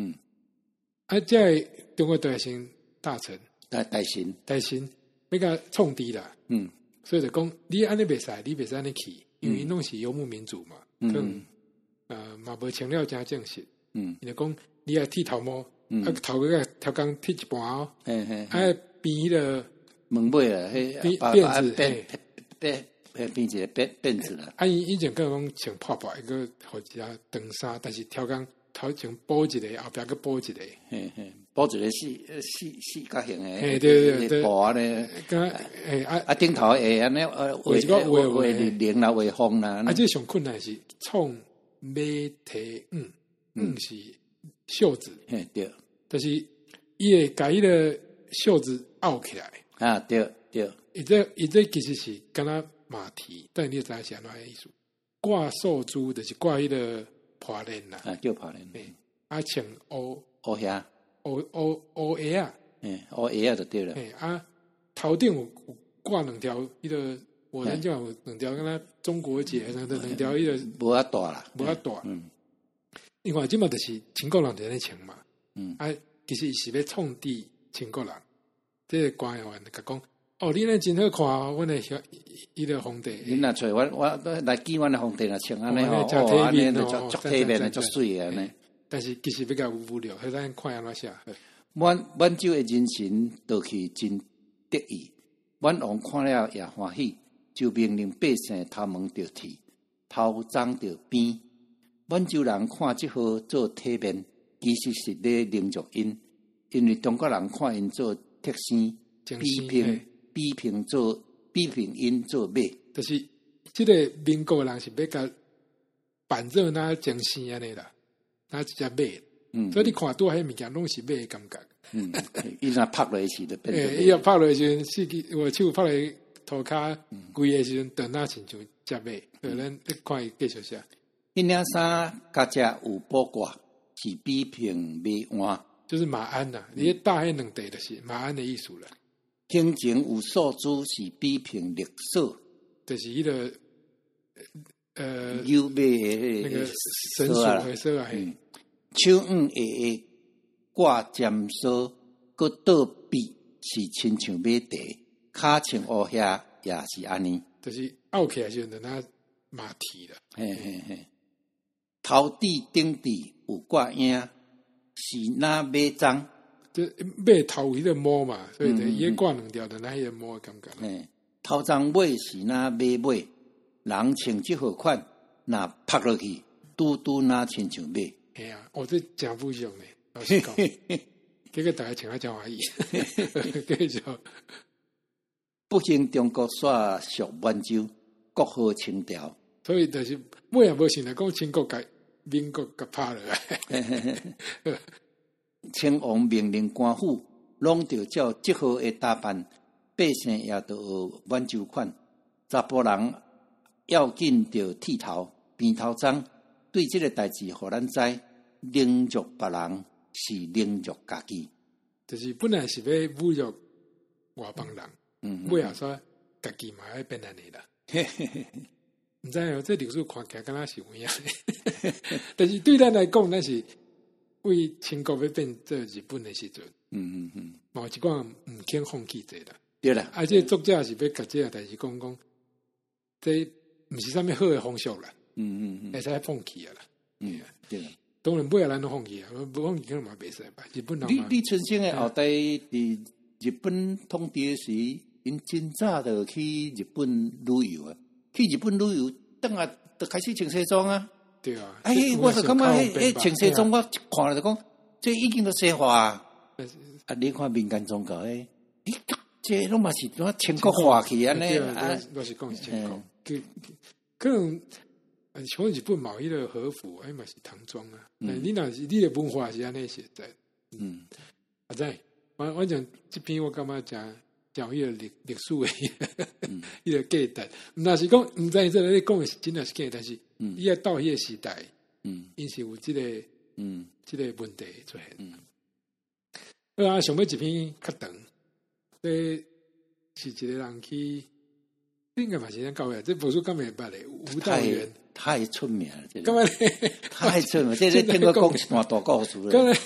这中国大臣大臣要甲创治啦。所以就讲你安尼袂使，你袂使安尼去，因为拢是游牧民族嘛。嘛无穿了真正式，伊就讲你爱剃头毛，头个头刚剃一半哦，编迄个门尾啊， 辫子， 编一个辫子啦。 以前跟讲穿泡泡一个或者长衫，但是头刚头前补一个，后壁个补一个， 补一个四角形诶， 对， 布啊咧，顶头会安尼画菱啦，画风啦， 这上困难是创。马蹄是袖子， 对， 但是伊会甲伊个袖子拗起来啊，对， 伊这其实是敢若马蹄，但你知影是安怎意思？挂素珠就是挂迄个破链啦， 叫破链， 穿乌鞋， 乌鞋啊， 乌鞋就对了， 头顶有挂两条迄个。我咱就有两条，敢若中国结两条，迄个无遐大啦， 无遐大。因为即嘛就是清国人伫咧穿嘛，其实是要创治清国人。这个官员甲讲，你那真好看哦，阮的伊个皇帝。 恁若找我来见阮的皇帝若穿安尼吼， 安尼足体面的，足水安尼。 但是其实比较无聊，咱看安怎写。 满洲的人神倒去真得意，阮王看了也欢喜。就命令百姓头毛着剃，头章着编。满洲人看即号做体面，其实是咧凌辱因，因为中国人看因做特生，比拼因做马。 就是即个民国人是要甲扮做那精生安尼啦，那一只马。所以你看拄迄物件拢是马的感觉。 伊若拍落去就变。 伊若拍落去，我手拍落。涂骹规个时阵，等那亲像只马，咱一看伊继续写。 迄领衫甲只有卜卦，是比拼马鞍， 就是马鞍呐。你大迄两地就是马鞍的意思了。 胸前有素珠，是比拼绿色， 就是迄个牛马的那个神属的色啊。 手下挂尖索，佮倒臂是亲像马蹄。骹穿乌鞋也是安尼， 就是拗起来就那马蹄了。 头顶顶有挂影，是那马鬃， 就买头迄个毛嘛，所以伊个挂两条的那迄个毛感觉。 头鬃尾是那买尾，人穿即号款，那拍落去，拄拄那亲像买。 系啊，这真不俗呢，老实讲。结果大家穿啊真欢喜，继续。 不兴中国耍属满洲，国号清朝。 所以就是尾也无想来讲，清国甲民国甲拍落来。 清王命令官府拢着照即号的打扮，百姓也着学满洲款。查甫人要紧着剃头、编头鬃。对即个代志，互咱知，凌辱别人是凌辱家己。 就是本来是要侮辱外邦人，尾也说家己嘛要变安尼啦。毋知哦，这历史看起来敢若是有影，但是对咱来讲，咱是为清国要变做日本的时阵，嘛有一寡毋肯放弃这啦。 对啦， 而且作者是要甲这个代志讲，这毋是啥物好的方向啦。会使放弃啊啦。 对啦。 当然尾仔咱都放弃啊，无放弃可能嘛袂使吧。日本人李春生的后代伫日本统治时，因真早就去日本旅游啊。去日本旅游，等下就开始穿西装啊。 对啊。 我就感觉穿西装，我看了就讲，这已经都西化啊。你看民间宗教这拢嘛是清国化去安尼啊。我是讲是清国，可能像日本嘛，迄个和服，嘛是唐装啊。你若是你的文化是安尼写在，啊在，我讲这篇我感觉讲迄个历史的迄个价值，若是讲毋知这你讲的是真的是假，但是伊要到迄个时代，因是有这个问题出现。想要一篇较长，这是一个人去，应该嘛是咱教会，这部书敢会捌咧，吴道元太出名了， 干嘛？ 太出名，这听我讲一段大故事了。 干嘛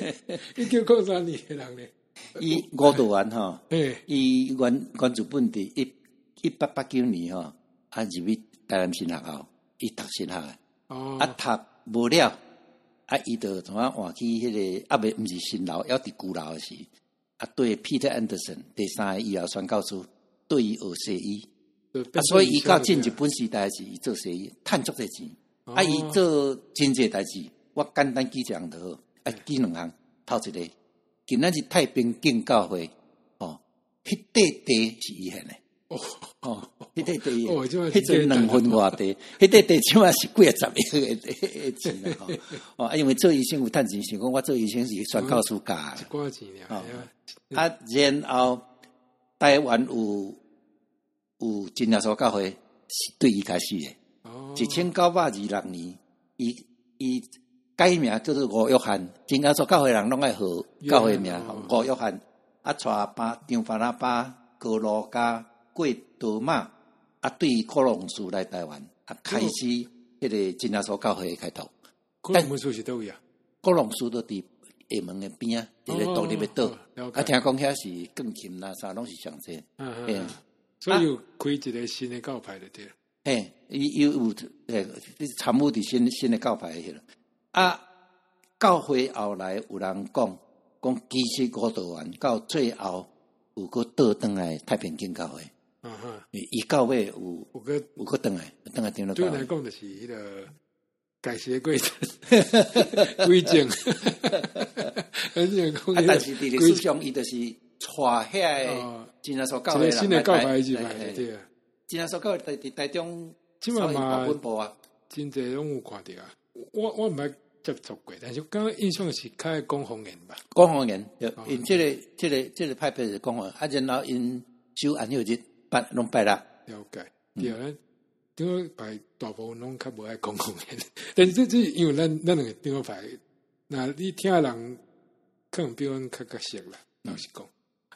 ？1903年的人咧。 伊吴道元吼，伊原日本伫1889年吼，入去台南新学校，伊读新学的，读无了，伊就怎啊换去迄个毋是新楼，要伫旧楼时，对 Peter Anderson 第3个医疗宣教师，对伊学西医。所以伊到进日本时代是伊做西医，赚足侪钱。伊做真济代志，我简单记一项就好。记两项，头一个，今仔日太平境教会，迄块地是伊现的。迄块地，迄阵2分外地，迄块地起码是几十亿的钱啊！因为做医生有赚钱，想讲我做医生是宣教师教的。 多钱呀？ 然后台湾有真耶稣教会是对伊开始的。1926年，伊改名叫做吴约翰。真耶稣教会人拢爱号教会名吴约翰。带张巴拉巴、哥罗加过多马，对科隆斯来台湾，开始迄个真耶稣教会的开头。 科隆斯是倒位啊？ 科隆斯都伫厦门的边啊，伫咧独立的岛。听讲遐是更琴啦，啥拢是上济。 所以有开一个新的教派的对。 伊有参与伫新的教派迄个。教会后来有人讲其实吴道元到最后有个倒转来太平境教会。伊到尾有个倒来听到。 对来讲就是迄个改邪归正，归正。 但是伫历史上，伊就是带遐真耶稣教会新的教派入来，对啊。 真耶稣教会伫台中， 即嘛嘛分布啊， 真侪拢有看到啊。我毋捌接触过，但是刚刚印象是较讲方言吧。 讲方言，因这个派别是讲方言，然后因守安息日拢拜六。 了解，对啊，顶个派大部分拢较无爱讲方言，但是这因为咱两个顶个派，那你听人可能比阮较熟啦，老实讲，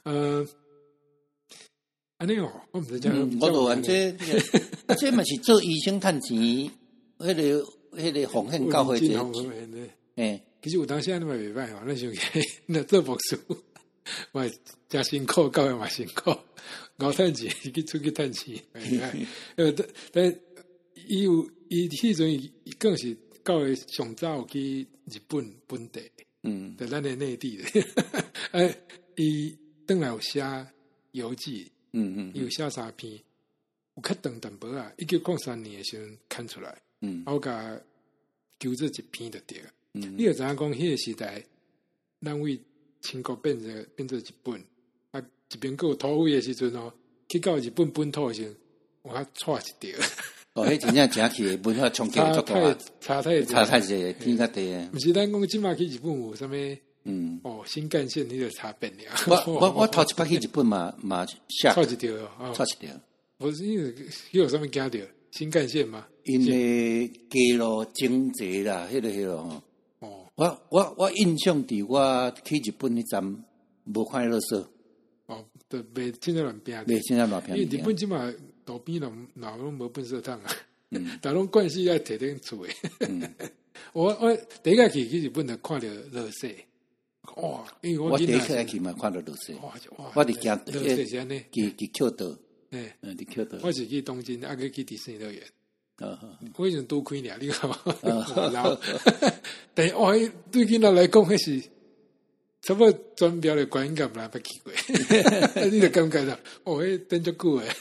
安尼哦，我毋知讲， 我道元这嘛是做医生趁钱，迄个奉献教会这， 其实有当时安尼嘛袂歹吼，咱想那做牧师，嘛真辛苦，教会嘛辛苦，熬趁钱去出去趁钱，但伊迄阵伊更是教会上早去日本本地，在咱的内地的， 伊转来有写游记，有写3篇，有较长淡薄啊。1903年的时阵看出来，我甲纠正一篇就对了。你就知影讲，迄个时代，咱为清国变做日本，啊，一边佫有土匪的时阵哦，去到日本本土的时阵，我错一条。 迄真正正去文化冲击足大，差太济，天甲地啊！ 毋是咱讲即马去日本有啥物？新干线你就差变了。 我头一摆去日本嘛错一条哦， 错一条。 我是因为有啥物惊着新干线嘛？ 因为街路整齐啦，迄个吼。我印象伫我去日本迄站无看垃圾。 就袂真正乱拼。 袂真正乱拼。 因为日本即马路边哪拢无粪扫桶啊，但拢惯势爱摕顶厝诶。我第一个去日本就看到垃圾。哇！因为我第一个去嘛看到垃圾。我伫惊垃圾是安尼， 伫丘德。 伫丘德。 我是去东京，去迪士尼乐园。我以前多亏俩，你看嘛，然后，但是对囡仔来讲，迄是差不多专标的观感啦，捌去过，你就感觉到，迄等足久诶。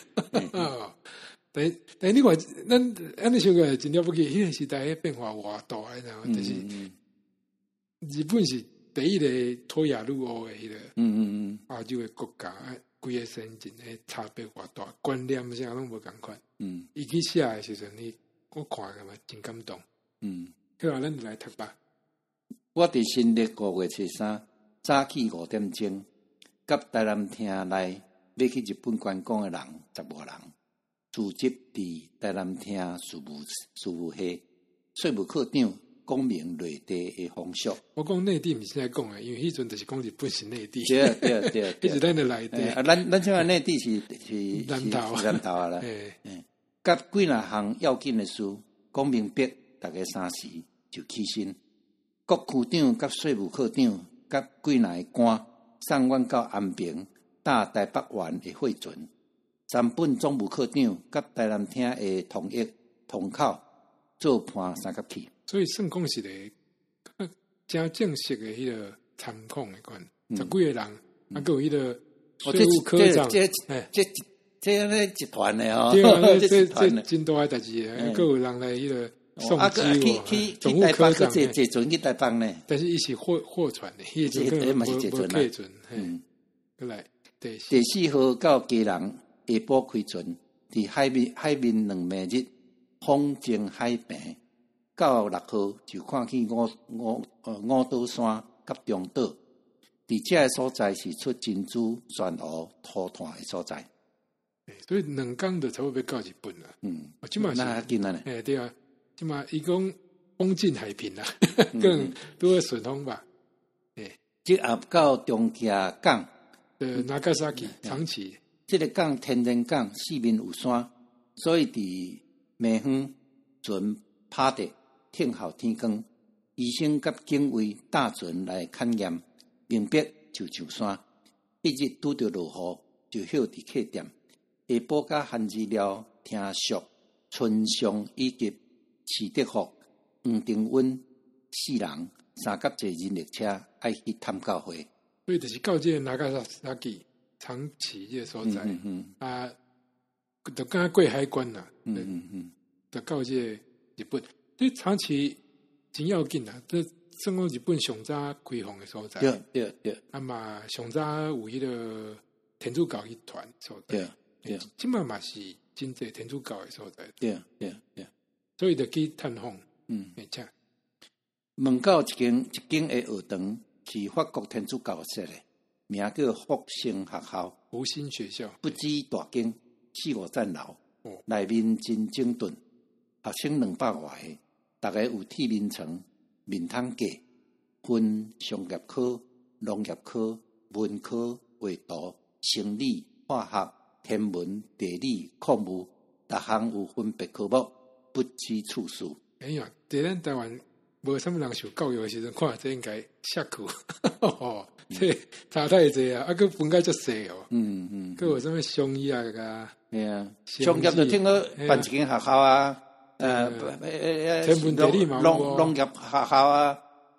但你看，咱安尼想个真了不起，迄个时代变化偌大，然后就是日本是第一个脱亚入欧诶迄个亚洲诶国家，规个先进诶差别偌大，观念啥拢无共款。伊去写诶时阵，我看个嘛真感动。好啊，咱就来读吧。 我伫新历5月3早起5点钟，甲台南厅内要去日本观光诶人15人，聚集伫台南厅事务系税务科长讲明内地诶风俗。我讲内地毋是在讲诶，因为迄阵就是讲日本是内地。 对， 迄是咱诶内地。 咱像内地是南投啊啦。甲几若项要紧诶事，讲明白，大家3时就起身。国区长甲税务科长甲几若个官送阮到安平搭台北湾诶会船，三本总务科长甲台南厅诶统一通口做伴3甲去。 所以算讲是个真正式诶迄个参访诶款，10几个人，还有迄个税务科长， 这样咧集团诶吼， 这真大诶代志诶，还有人来迄个送机总务科长， 坐船去台北呢。 但是伊是货船诶，迄个嘛是坐船啦。过来第4号到基隆下晡开船，伫海面2米日，风静海平。到6號就看見五島山甲中島，伫遮個所在是出珍珠、泉湖、土炭的所在。 所以2天就差不多要到日本啦。即嘛是那緊啊呢？ 對啊，即嘛伊講風進海平啦，更都會順風吧。 即下到中徛港， Nagasaki 長崎， 即個港天然港四面有山，所以伫暝遠船拍地。聽候天光，醫生甲警衛搭船來勘驗，明白就上山。迄日拄着落雨，就歇佇客店。下晡甲限資料聽說，春上以及徐德福、黃定穩4人3甲坐人力車愛去探教會。 所以就是到這個Nagasaki長崎這個所在，就剛過海關啦。就到這個日本。所以長崎真要緊啊！這算講日本上早開放的所在。 對。 嘛上早有迄個天主教集團所在。對。即馬嘛是真濟天主教的所在。 對。 所以就去探訪。請。 門口一間的學堂是法國天主教設的，名叫復興學校。 復興學校。 不止大間，4-5層樓，內面真整頓，學生200多個。大概有體面層、面湯架，分商業科、農業科、文科、畫圖、生理、化學、天文、地理、礦物，逐項有分別科目，不拘處數。 哎呀，在咱台灣無啥物人受教育的時陣，看這應該嚇酷，這差太濟啊！佮分解足細哦。佮有啥物商醫啊個？ 係啊，商業就聽講辦一間學校啊。 天文地理嘛， 農業學校啊，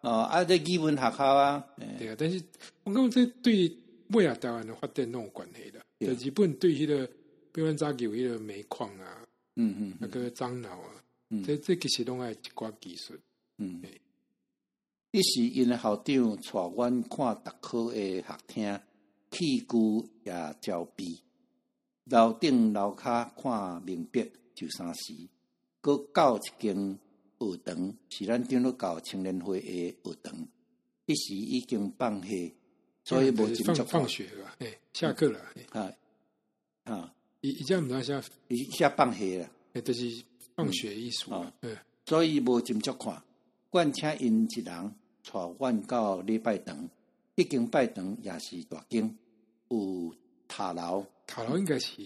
这语文学校啊， 对啊。但是我感觉这对未来台湾的发展那种关系的，就日本对迄个，比如早期有迄个煤矿啊，那个樟脑啊，这其实拢爱一寡技术， 迄时因的校长带阮看特科的学厅，器具也照备，楼顶楼骹看明白就3时，佮到一间学堂，是咱顶落到青年会的学堂，迄时已经放假，所以无真足放学了，下课了，伊这毋知下， 伊下放假啦， 就是放学艺术， 所以无真足看，阮请因一人。带阮到礼拜堂，一间拜堂也是大间，有塔楼。 塔楼应该是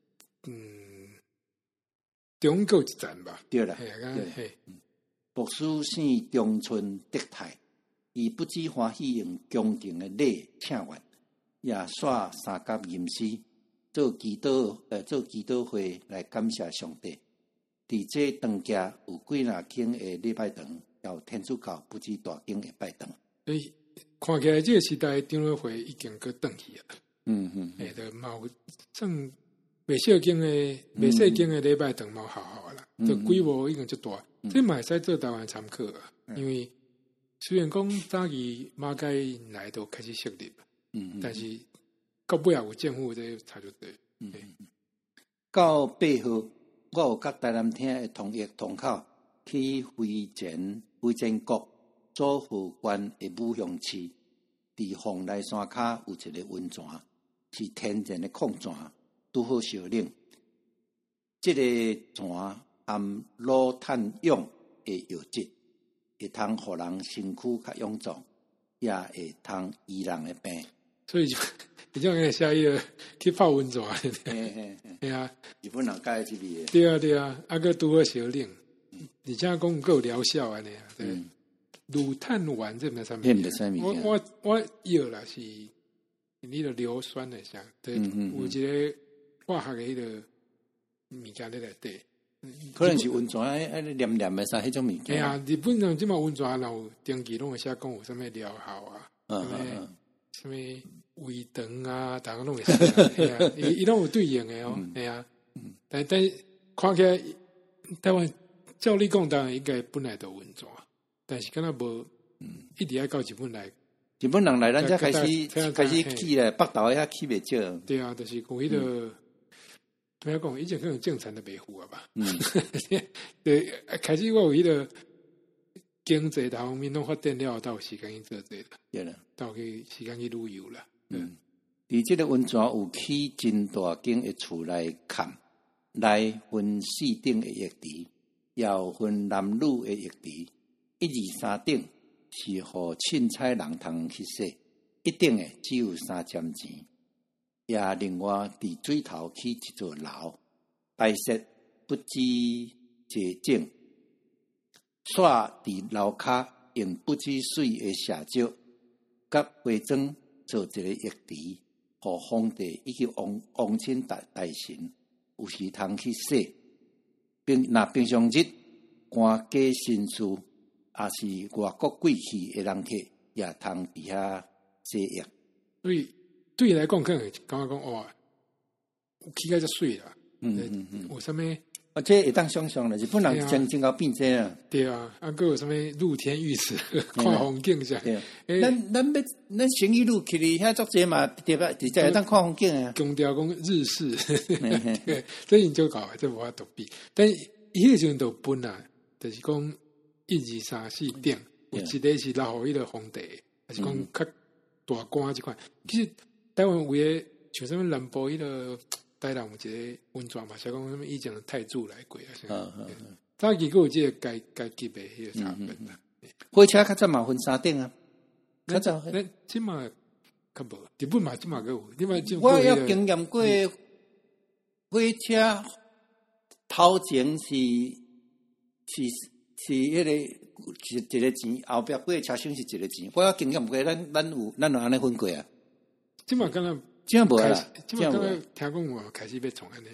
中国一站吧？ 对啦，博士姓中村德泰，伊不止欢喜用宫廷的礼请愿，也耍三角吟诗，做祈祷会来感谢上帝。伫这当家有几若间的礼拜堂。要天主教不止大间的拜堂， 所以看起来这个时代长老会已经搁转去了。就冇算未小间的礼拜堂冇好啦，这规模已经足大，这嘛会使做台湾参考啊。因为虽然讲早期马街来都开始设立，但是到尾也有政府这差就对。 到8号，我有甲台南厅的同业同口去灰前国左湖县的武雄市，伫凤内山骹有一个温泉，是天然的矿泉，拄好烧冷。这个泉含老碳氧的药质，会通互人身躯较臃肿，也会通医人的病。 所以就你这样下一个去泡温泉，对啊， 日本人介这里。 对啊，个拄好烧冷。而且讲够疗效安尼啊，对，乳碳丸这没啥物事，我药啦是你的硫酸的啥，对，有一个化学的迄个物件在内底， 可能是温泉黏黏的啥迄种物件。 哎呀，日本人即马温泉然后登记拢会写讲有啥物疗效啊，什么胃肠啊，大家拢会写，伊拢有对应的哦，哎呀，但看起来台湾。照你讲，当然应该本来就温泉，但是敢若无，一直要到日本来。 日本人来，咱才开始去咧，北投遐去袂少。 对啊，就是讲迄个，怎样讲？以前可能正常的北湖啊吧。对，开始我有迄个经济大方面拢发展了，到时间去做这个。 对啦， 到去时间去旅游啦。 伫这个温泉有起真大间的厝来看，来分4顶的液池。也有分男女的液池，1、2、3顶是互凊彩人通去洗，一顶的只有3尖钱。也另外伫水头起一座楼，摆设不止洁净，煞伫楼骹用不止水的石石，甲花砖做一个液池，互皇帝以及王亲大臣有时通去洗。平常日，官家绅士，也是外国贵气的人客，也通伫遐洗浴。 所以对伊来讲，可能感觉讲哇，起个遮水啦。有啥物？ 这会当想象啦，日本人真够变这啊。 对啊，还有啥物露天浴池，看风景啥。 咱成语路去哩，遐足济嘛，对吧？直接会当看风景啊。 强调讲日式，这研究搞这无法度比。但伊个时阵就分啊，就是讲1、2、3、4顶，有一个是留互迄个皇帝，还是讲较大官即款。其实台湾有诶，像啥物南部迄个。台南有一个温泉嘛，是讲什么以前的太祖来过啊，早期有这个阶级的迄个差别啦。 火车较早嘛分3顶啊，较早。 咱即嘛较无，日本嘛即嘛有， 我也经验过火车头前是迄个是一个钱，后壁过车厢是一个钱。我也经验过，咱有安尼分过啊。 即嘛敢若。 这样无啦， 这样无。听讲我开始要创安尼，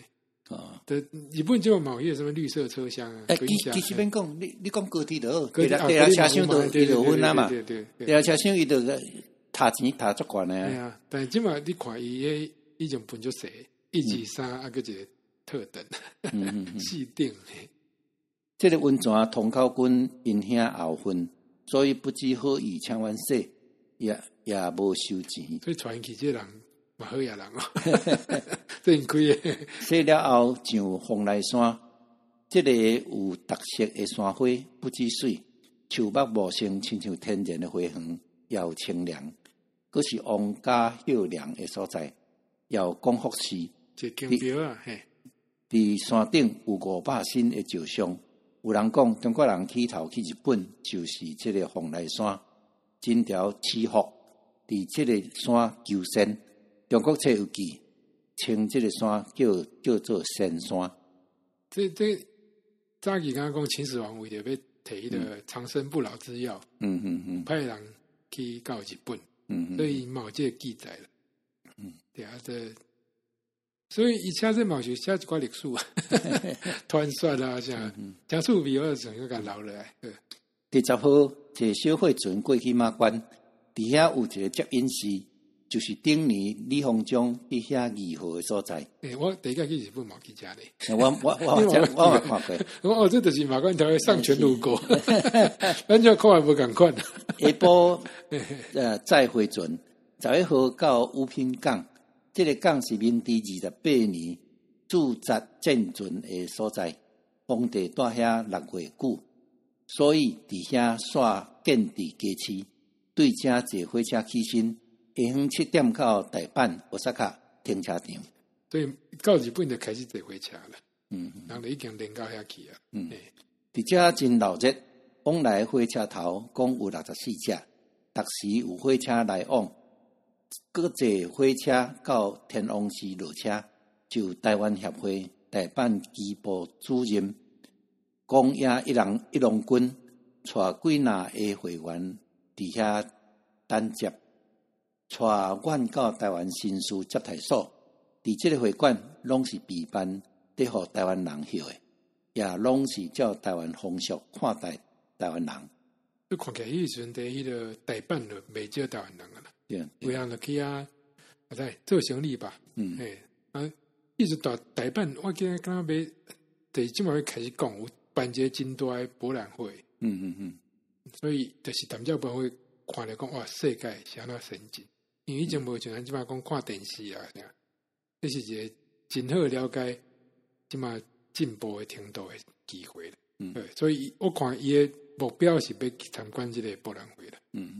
日本就嘛有什么绿色车厢啊？ 其实免讲，你讲高铁就好， 地下车厢就伊就分啊嘛， 对， 下车厢伊就塔钱塔足悬诶。 哎呀，但即嘛你看伊已经分足细，1、2、3啊个一个特等，四顶。 这个温泉通靠军因兄后分，所以不只好以请完洗，也无收钱。 所以传奇这人嘛好野人哦，真贵诶。 洗了后上蓬莱山，这个有特色的山花不止水，树木茂盛，亲像天然的花园，也有清凉，佫是王家秀良的所在，也有广福寺。 一景标啊，嘿。 伫山顶有500身的石像。有人讲，中国人起头去日本，就是这个蓬莱山，整条起伏，伫这个山求仙。中国册有记，称这个山叫做仙山。 这早期刚刚讲秦始皇为了要摕迄个长生不老之药，派人去到日本，所以冇这个记载了。对啊，所以以前这嘛是写一寡历史啊，传说啊，真趣味，我就甲留落来。 第10号坐小火船过去马关，伫遐有一个接引寺，就是顶年李鸿章伫遐议号的所在。 我第一个去日本冇去遮咧。 我嘛看过。 我这就是马关条约上泉路过，咱就看也无共款。 下晡再回船，11号到乌平港。这个港是明治28年驻扎建军的所在，皇帝住遐6月久，所以伫遐煞建伫街市，对遮坐火车起身，下晡7点到大阪、Osaka 停车场。 所以到日本就开始坐火车了，人就已经连到遐去啊。 伫遮真闹热，往来火车头共有64只，逐时有火车来往。各坐火车到天王寺落车，就台湾协会大阪机部主任公野一郎君带几若个会员伫遐等接，带阮到台湾新书接待所。伫即个会馆拢是备办得互台湾人翕的，也拢是照台湾风俗看待台湾人。 你看起来迄时阵伫迄个台版就袂少台湾人啊啦。有人就去啊，做生意吧。一直到台版，我记得刚刚要第即摆开始讲，有办一个真大的博览会。所以就是谈这博览会，看来讲哇，世界是安怎先进？因为以前无像咱即摆讲看电视啊，这是一个真好了解即摆进步的程度的机会。对，所以我看伊的目标是要去参观这个博览会了。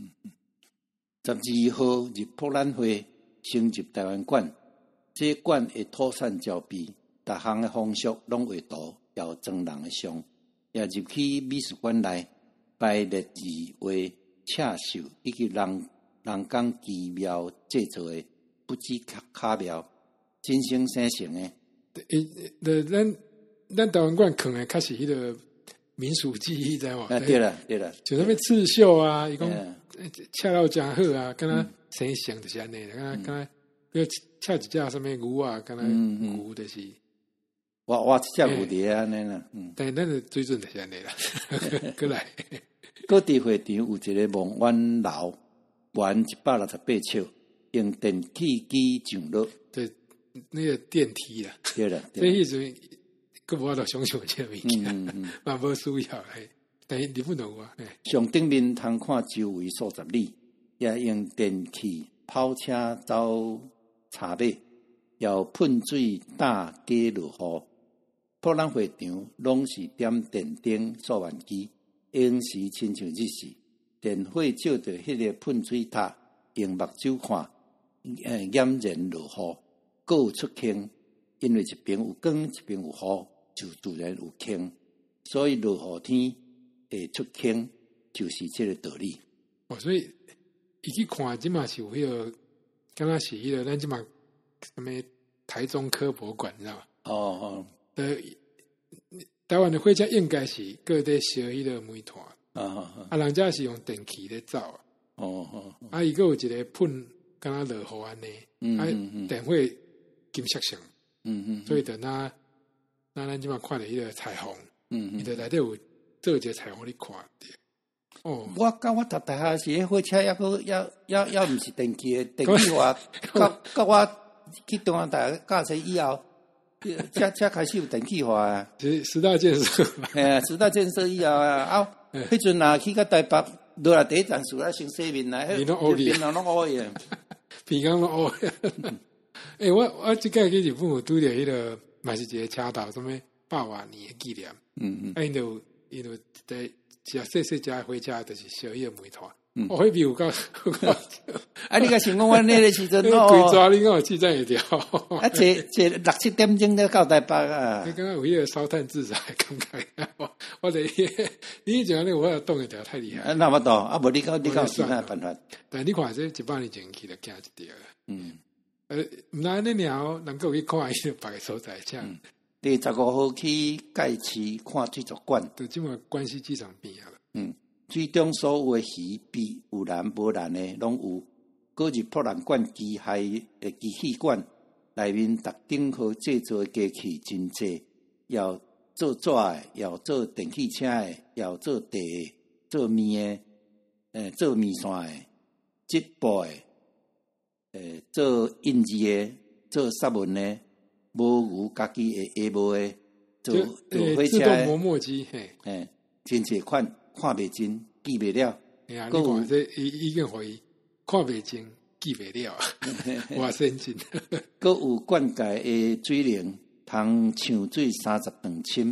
12号入博览会，升入台湾馆。这馆的土产招牌，逐项的风俗拢画图，也有装人的像，也入去美术馆内摆列字画、刺绣以及人工奇妙制作的不止卡庙，真生生成的。 咱台湾馆可能开始迄个民俗记忆，知道吗？ 对了， 就那边刺绣啊，伊讲恰到真好啊，敢若生成就是安尼啦，敢若比如恰一只什么牛啊，敢若牛就是。 我一只牛伫安尼啦， 但咱的水准就是安尼啦。过来， 各地会场有一个梦苑楼，悬168尺，用电梯机上落。 对，那个电梯啦。 对了， 所以迄阵佫无法度想象这物件，嘛无需要诶。但是日本有啊。 上顶面通看周围数十里，也用电器跑车走茶马，要喷水打加落雨。博览会场拢是点电灯数万机，用时亲像日时，电火照着迄个喷水塔，用目睭看，俨然落雨，各有出坑，因为一边有光，一边有雨，就自然有坑，所以落雨天会出坑，就是这个道理。 所以伊去看，即嘛是有迄个，敢若是迄个，咱即嘛什么台中科博馆，你知道吗？台湾的火车应该是各地烧迄个煤炭，人家是用电气咧走，伊个有一个喷，敢若落雨安尼，电火金色性，所以等他咱即马看着迄个彩虹，伊就内底有做一个彩虹你看着。哦， 我读大学时，火车要毋是电气的，电气化，到我去中央大学教书以后，才开始有电气化啊。 十大建设， 十大建设以后啊，迄阵啊去到台北落来第一站厝来先洗面来， 面拢乌去， 鼻孔拢乌。我即届去日本有拄着迄个，嘛是一个车道，什么100多年的纪念。因就在细只火车，就是烧迄个煤炭。迄边有够啊！你甲想讲，阮那个时阵哦，规抓你讲气站会掉。 啊，坐6、7点钟就到台北啊！ 你刚刚有迄个烧炭自杀的感慨，我的你讲那我要动一条太厉害。 那么多啊！无你讲其他办法。 但你看这100年前去就惊一条。毋但那鸟能够去看伊个别个所在，这样。 第15号去盖市看水族馆， 就即马关西机场边啊。 水中所有的鱼比有蓝无蓝的拢有，搁入博览馆机械的机器馆内面，特定好制作的机器真济，要做纸的，要做电汽车的，要做地的，做面的，做面线的，织布的，做印字的，做纱文的，无有家己的下无的，做火车自动磨墨机， 真济款。看袂真，记袂了。 哎呀，你看这已经可以看袂真，记袂了，我先进。 搁有灌溉的水灵，通呛水30吨深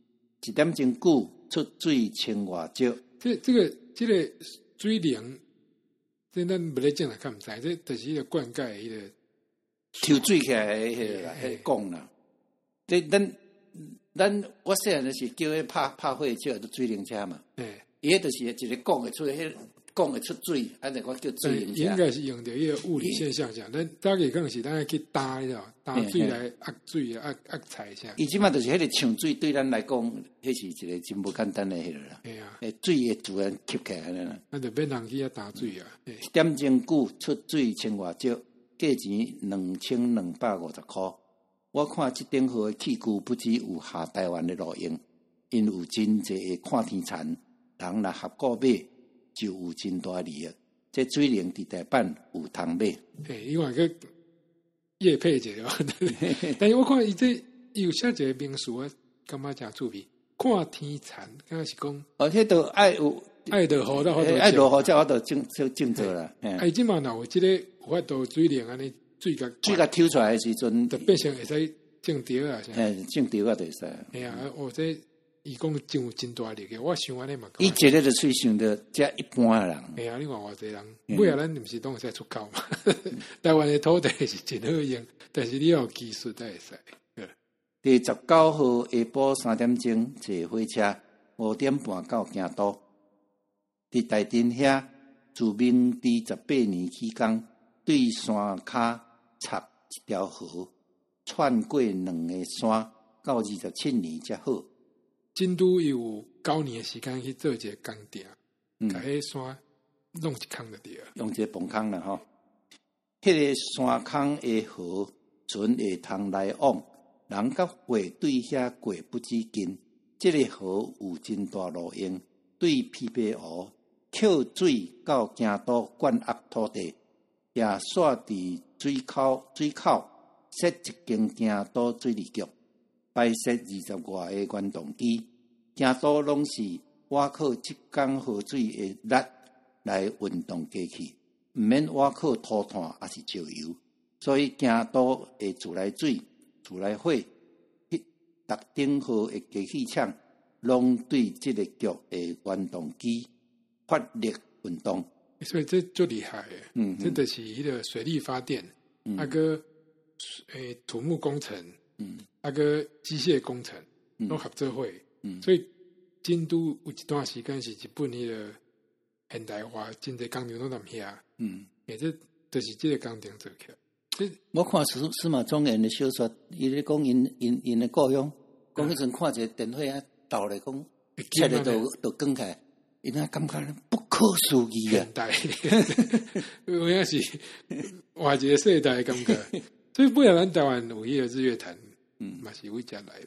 ，1点钟久出水千外少。 这个水灵，这咱不咧讲来看唔知，这就是迄个灌溉的迄个抽水起来迄讲啦。这咱我细汉就是叫伊拍火叫做水灵车嘛，伊迄就是一个讲会出，迄讲会出水，安尼我叫水灵车。 应该是用着迄个物理现象讲，咱大概可能是咱去打水来压水压菜啥。 伊即马就是迄个呛水，对咱来讲，迄是一个真无简单的迄个啦。水会自然吸起来啦。 那就变人去打水啊 ！1点钟久出水千外少，价钱2250块。我看这顶号的器具不只有下台湾的路用，因有真济的看天蚕，人若合股买，就有真大利益。这水灵伫台版有通买。 因为个业配者，但是我看伊这有写一个名词，我感觉真趣味。看天蚕，刚刚是讲迄都爱有爱的好到好多， 爱落好才我都种做啦。 即嘛若有即个有法度水灵安尼。水甲抽出来的时阵， 就变成会使种稻啊， 种稻啊，就会使。 这伊讲真有真大力嘅，我想安尼嘛。 伊一个就吹想着遮一般的人。你看偌济人，尾仔咱毋是拢会使出口嘛？台湾的土地是真好用，但是你要有技术才会使。 第19号下晡3点钟坐火车，5点半到京都。伫台镇遐，自明治18年起工，对山骹插一条河，穿过2个山，到27年才好。 京都有9年的时间去做一个工程，把迄山弄一空就对了， 用一个崩坑啦吼。迄个山坑的河，船会通来往，人甲货对遐过不止近。这个河有真大路用，对皮皮湖扣水到京都管辖土地。也煞伫水口设一间京都水利局，摆设20外个原动机，京都拢是挖靠浙江河水的力来运动机器，毋免挖靠土炭也是石油，所以京都的自来水、自来火、特定号的机器厂，拢对这个局的原动机发力运动。 所以这就厉害诶，这就是迄个水力发电，那个土木工程，那个机械工程，拢合作伙。所以京都有一段时间是日本迄个现代化，真侪工厂拢踮遐。这就是这个工程做起来。 我看司马中原的小说，伊咧讲因的故乡，讲迄阵看一个电火啊，倒来讲，切咧都光起来。因那感觉不可思议啊！ 现代，有影是换一个世代的感觉。所以不然咱台湾有迄个日月潭，嘛是为遮来吧？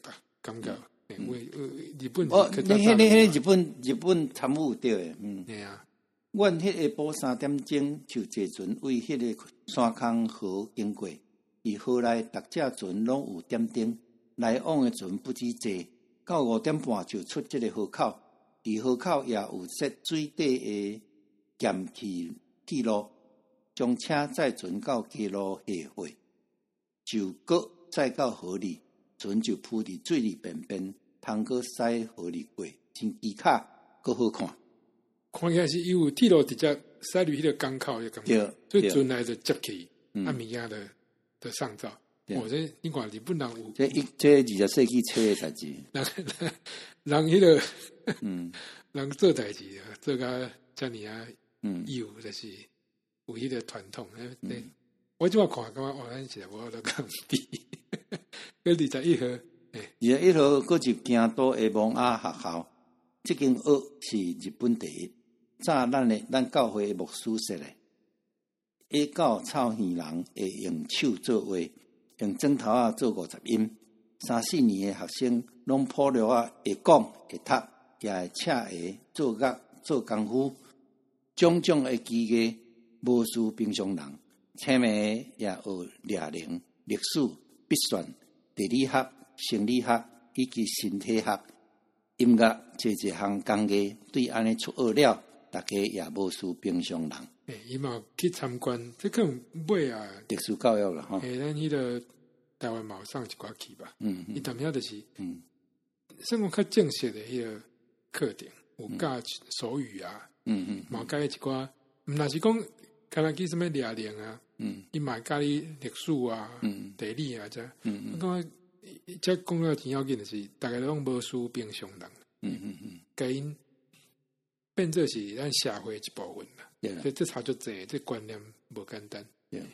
感觉。因为日本哦，日本参与对诶， 对啊。 阮迄下晡3點鐘就坐船為迄個山空河經過，伊河內逐隻船攏有點燈，來往誒船不止濟，到5點半就出即個河口，佇河口也有設水底誒檢氣記錄，將車載船到基路下貨，就閣載到河裡，船就浮佇水裡邊邊，通閣駛河裡過，真奇卡閣好看。 看起來是有鐵路直接駛入迄個港口嘅感覺，所以船來就接起物件的上造。我這你看日本人有， 這20世紀初嘅代志， 人迄個人做代志啊，做甲遮爾啊有就是有迄個傳統。我即話看感覺，咱是無得講比。嗰21號 ，21號嗰就京都嘅蒙雅學校，這間學是日本第一。早咱教會牧師說咧，下到草園人會用手做畫，用枕頭啊做50音，3-4年嘅學生攏普了啊會講會讀，也會赤會做樂做功夫，種種嘅技藝無輸平常人。請名也學掠靈、歷史、筆算、地理學、生理學以及身體學、音樂這項工藝，對安尼出學了。大家也無輸平常人。 伊嘛去參觀，即可能買啊。 特殊教育啦，吼。 咱迄個台灣嘛有送一寡去吧。伊淡曉就是算講較正式的迄個課程，有教手語啊。嘛教一寡，毋若是講敢若去什麼掠靈啊。伊嘛教你歷史啊、地理啊，遮。我感覺遮講了真要緊的是，大家攏無輸平常人。甲因。變做是咱社會一部分啦，所以這差足濟，這觀念無簡單。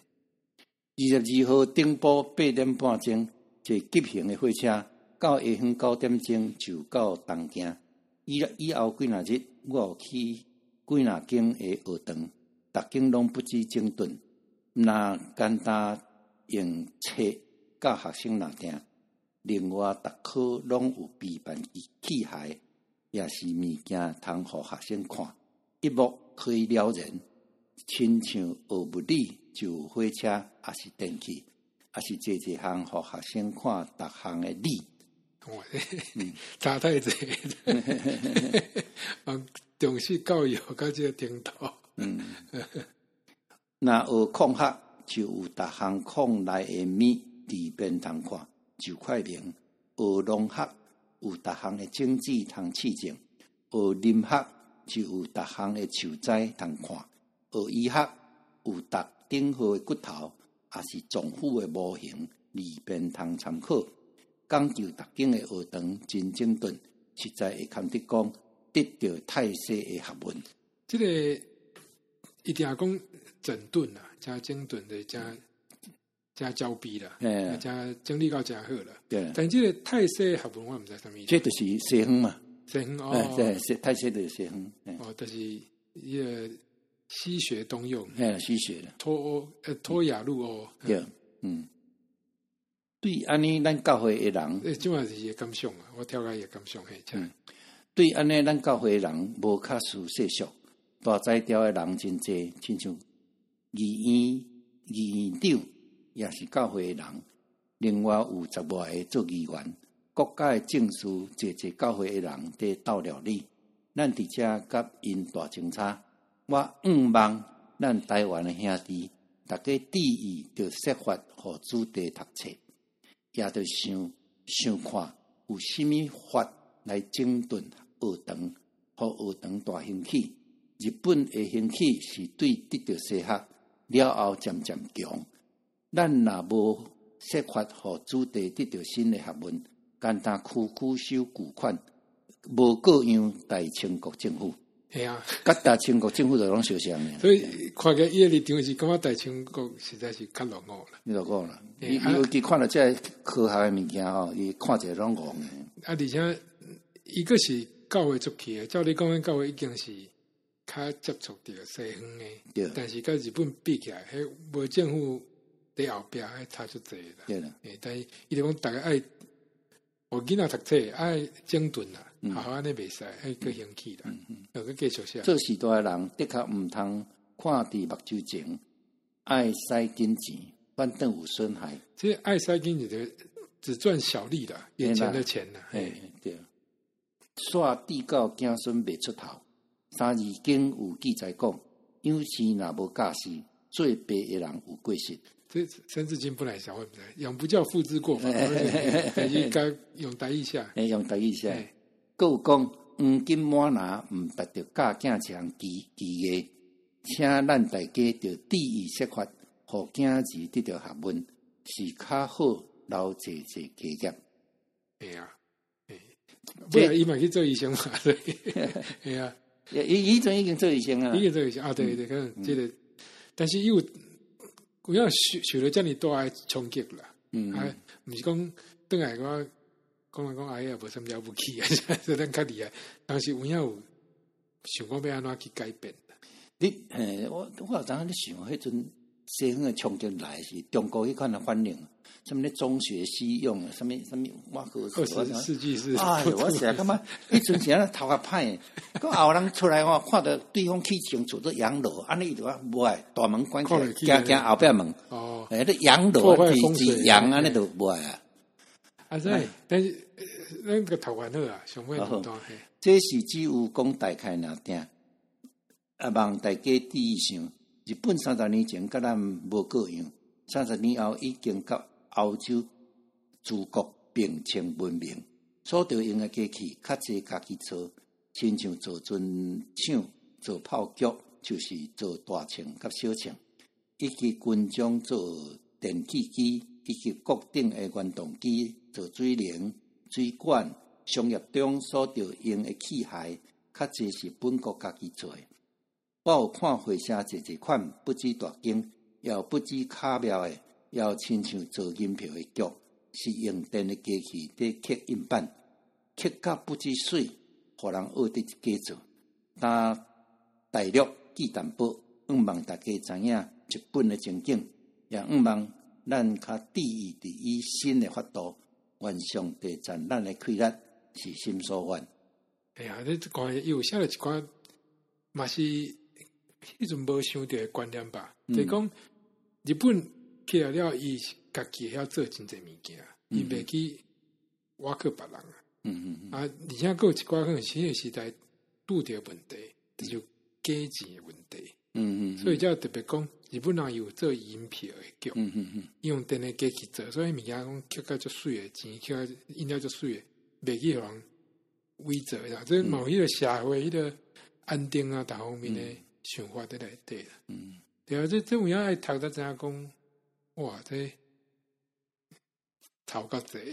22號頂埔8點半鐘，一急行的火車到下昏9點鐘就到東京。以後幾若日，我有去幾若間的學堂，逐間攏不止整頓，那簡單用冊教學生來聽。另外，逐科攏有備辦器械。也是物件通互學生看，一目可以了然，親像學物理就火車，也是電器，也是一項互學生看逐項的理。 差太濟，重視教育甲這個程度。 那學科學就有逐項空內的物裡邊通看，就快明。學農學。有逐項嘅經濟通試證，學林學就有逐項嘅樹栽通看，學醫學有逐頂號嘅骨頭，也是臟腑嘅模型裡邊通參考。講究逐間嘅學堂真整頓，實在會堪得講得到泰式嘅學問。 這個一定要講整頓啦，加整頓的加交臂啦，加整理到加好啦。對，但這個泰式學問我唔知啥物意思。 這就是西方嘛， 西方哦， 對，泰式就是西方。 哦，就是一個西學東用。 西學啦。 脫亞入歐。 對，對，安尼咱教會嘅人， 即係是感想啊，我跳開也感想係。 對，安尼咱教會嘅人無較熟世俗，大才調嘅人真濟，親像議院長。也是教會的人，另外有10外個做議員，國家的政事，濟教會的人在鬥料理。咱佇遮甲因大清差，我望咱台灣的兄弟，大家注意着設法互子弟讀冊，也着想看有啥物法來整頓學堂，互學堂大興起。日本的興起是對得到西學了後漸漸強。咱若無設法互子弟得到新的學問，簡單區收巨款，無各樣大清國政府。 係啊， 甲大清國政府就攏相像嘅。 所以看起伊個立場是感覺大清國實在是較落伍啦。 落伍啦，伊看到這科學嘅物件吼，伊看者攏戇嘅。 而且伊個是教會出去嘅，照你講，教會已經是較接觸到西方嘅，但是甲日本比起來，迄無政府。喺後邊還差出濟啦，但係伊哋講大家愛我囡仔读册爱整顿啦，好好安尼袂使，爱个兴趣啦，要个继续下。 做时代诶人的确毋通看伫目睭前，爱使金钱，反正有损害。 这爱使金钱只赚小利的，眼前的钱啦。 对。煞地教子孙袂出头，三字经有记载讲，有钱若无教示，做爸诶人有过失。 这三字经不乃小，养不教，父之过法。应该用台语下， 用台语下。佫有讲，黄金满拿毋达着教囝强奇业，请咱大家着注意设法，互囝儿得着学问，是较好留济济家业。 系啊，不然伊嘛去做医生嘛，系啊， 伊阵已经做医生啊， 已经做医生啊，对，可能这个，但是有影受了遮尔大诶冲击啦，毋是讲倒来我讲哎呀，无什么了不起啊，所以咱较厉害，但是有影有想讲要安怎去改变。 我有当你想，迄阵西方诶冲击来是中国迄款诶反应。什么中学西用什么，我 20世纪是哎，我成日感觉迄阵时啊头壳歹，个后人出来看到对方起床做做洋楼，安尼就话无爱大门关起来，行后壁门。哦，迄洋楼是洋安尼就无爱啊。 啊，但是咱个头壳好啊，上尾唔多嘿。 这是只有讲大概那点，望大家注意想，日本30年前甲咱无个样，30年后已经甲欧洲诸国并称文明，所着用诶机器较济家己做，亲像做船厂、做炮局，就是做大枪甲小枪，以及军种做电气机，以及各顶诶原动机做水灵、水管，商业中所着用诶器械，较济是本国家己做诶。我有看回声一款，不止大间，也不止巧妙诶。要亲像做银票的局，是用电的机器在刻印版，刻到不止水，互人学得加做。但大陆记淡薄，望大家知影日本的情景，也望咱较注意伫以新的法度完成地站咱的气力，是心所愿。 哎呀，你讲有写了一寡，嘛是迄阵无想到的观念吧？就讲日本。起来了，伊家己晓做真侪物件，伊袂去挖去别人啊。而且佫有一寡可能新的时代拄着问题，就价钱的问题。所以才特别讲，日本人有做银票的局，用电的机器做，所以物件讲刻到足水的钱，刻到印了足水的，袂去互人伪造啦。这某迄个社会迄个安定啊，各方面的想法在内底啦。对啊，这有影爱读得知影讲。哇！这头壳济，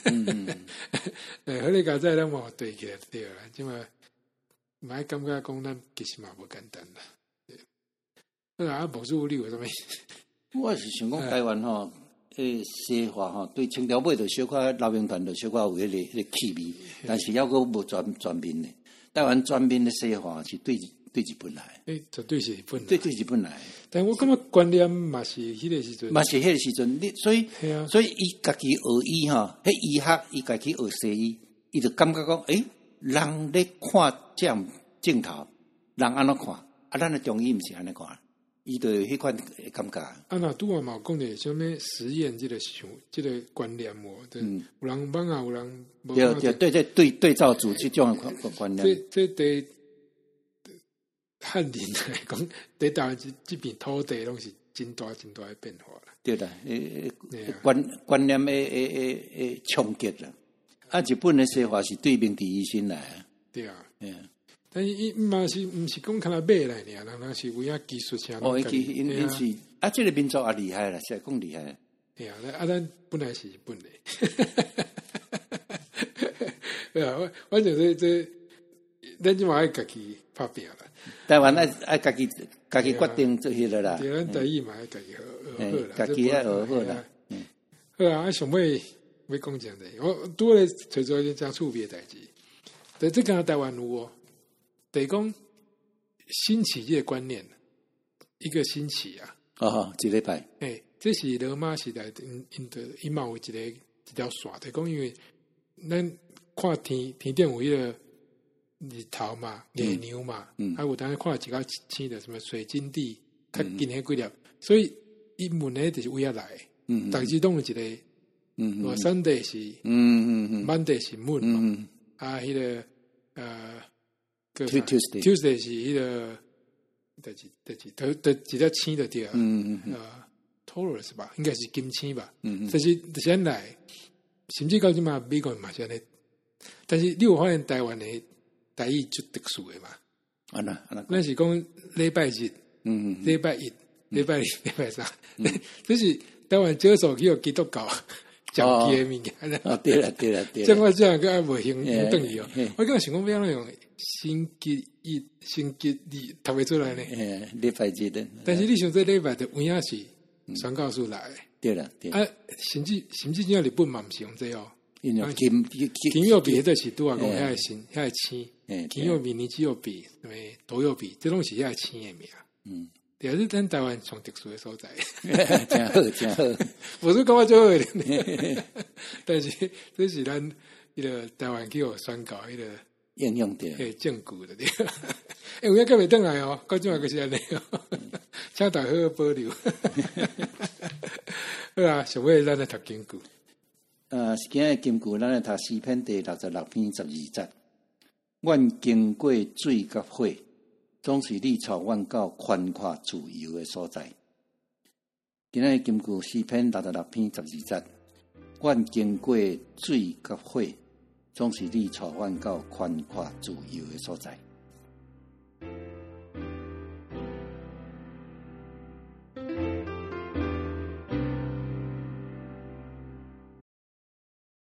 好你家在咱嘛对起来对啦，即嘛，买感觉讲咱其实嘛无简单啦。对啊，无助你有啥物？ 我是想讲台湾吼，西化吼，对清朝尾就小可老兵团就小可有迄个气味，但是还阁无全面的。台湾全面的西化是对日本来， 绝对是日本来， 对日本来。 但我感觉观念嘛是迄个时阵， 嘛是迄个时阵，所以伊家己学医吼，迄医学伊家己学西医，伊就感觉讲，人咧看这样镜头，人安怎看？啊，咱的中医毋是安尼看，伊就有迄款感觉。 啊，那拄啊嘛讲的什么实验，这个观念有人帮啊，有人对照组这种观念。 这对汉人来讲，对台湾这片土地拢是真大的变化啦。 对啦，观念的冲击啦。啊，日本的西化是对明治维新来啊。 对啊，但是伊嘛是毋是讲看来买来尔，人是为啊技术上。 因是啊，这个民族也厉害啦，是讲厉害。 对啊，咱本来是日本的。对啊，我觉得这咱就爱家己拍拼啦。 台湾爱家己决定做迄个啦。 对，咱台语嘛爱家己学啦， 家己爱学好啦。 好啊，上尾要讲这样的，我拄咧找做一件趣味的代志。对，这个台湾有哦，得讲兴起这个观念，一个兴起啊。 一礼拜。 这是罗马时代因嘛有一条线，得讲因为咱看天顶有迄个日头嘛、月亮嘛，还有当看几个星的什么水晶地，较近迄几粒，所以伊问诶就是位遐来，逐日拢有一个，Sunday 是，Monday 是 moon 嘛，迄个Tuesday 是迄个，一条星就对啊，Taurus 吧，应该是金星吧，就是先来，甚至到即嘛美国嘛是安尼，但是你有发现台湾诶台语就特殊诶嘛？咱是讲礼拜日、礼拜一、礼拜二、礼拜三，就是台湾少数去基督教讲基诶物件。 对了。 像我这样个无行等于哦，我刚想讲要那种星期一、星期二读袂出来呢。 礼拜日的， 但是你想这礼拜的有影是宣教士来。 对了， 甚至今日本嘛毋是用这哦。金曜日的是拄啊讲遐星遐星，金曜日、日曜日、什么土曜日，这拢是遐星诶名。对啊，是咱台湾上特殊诶所在。 真好。 我是感觉最好诶，但是这是咱迄个台湾去有宣告迄个应用对， 证据的对。有影个袂转来哦，到即嘛就是安尼哦，请大家好保留。好啊，上尾咱来读经句。 是今日金句，咱来读诗篇第66篇12节。阮经过水甲火，总是你带阮到宽阔自由的所在。今日金句诗篇66篇12节。阮经过水甲火，总是你带阮到宽阔自由的所在。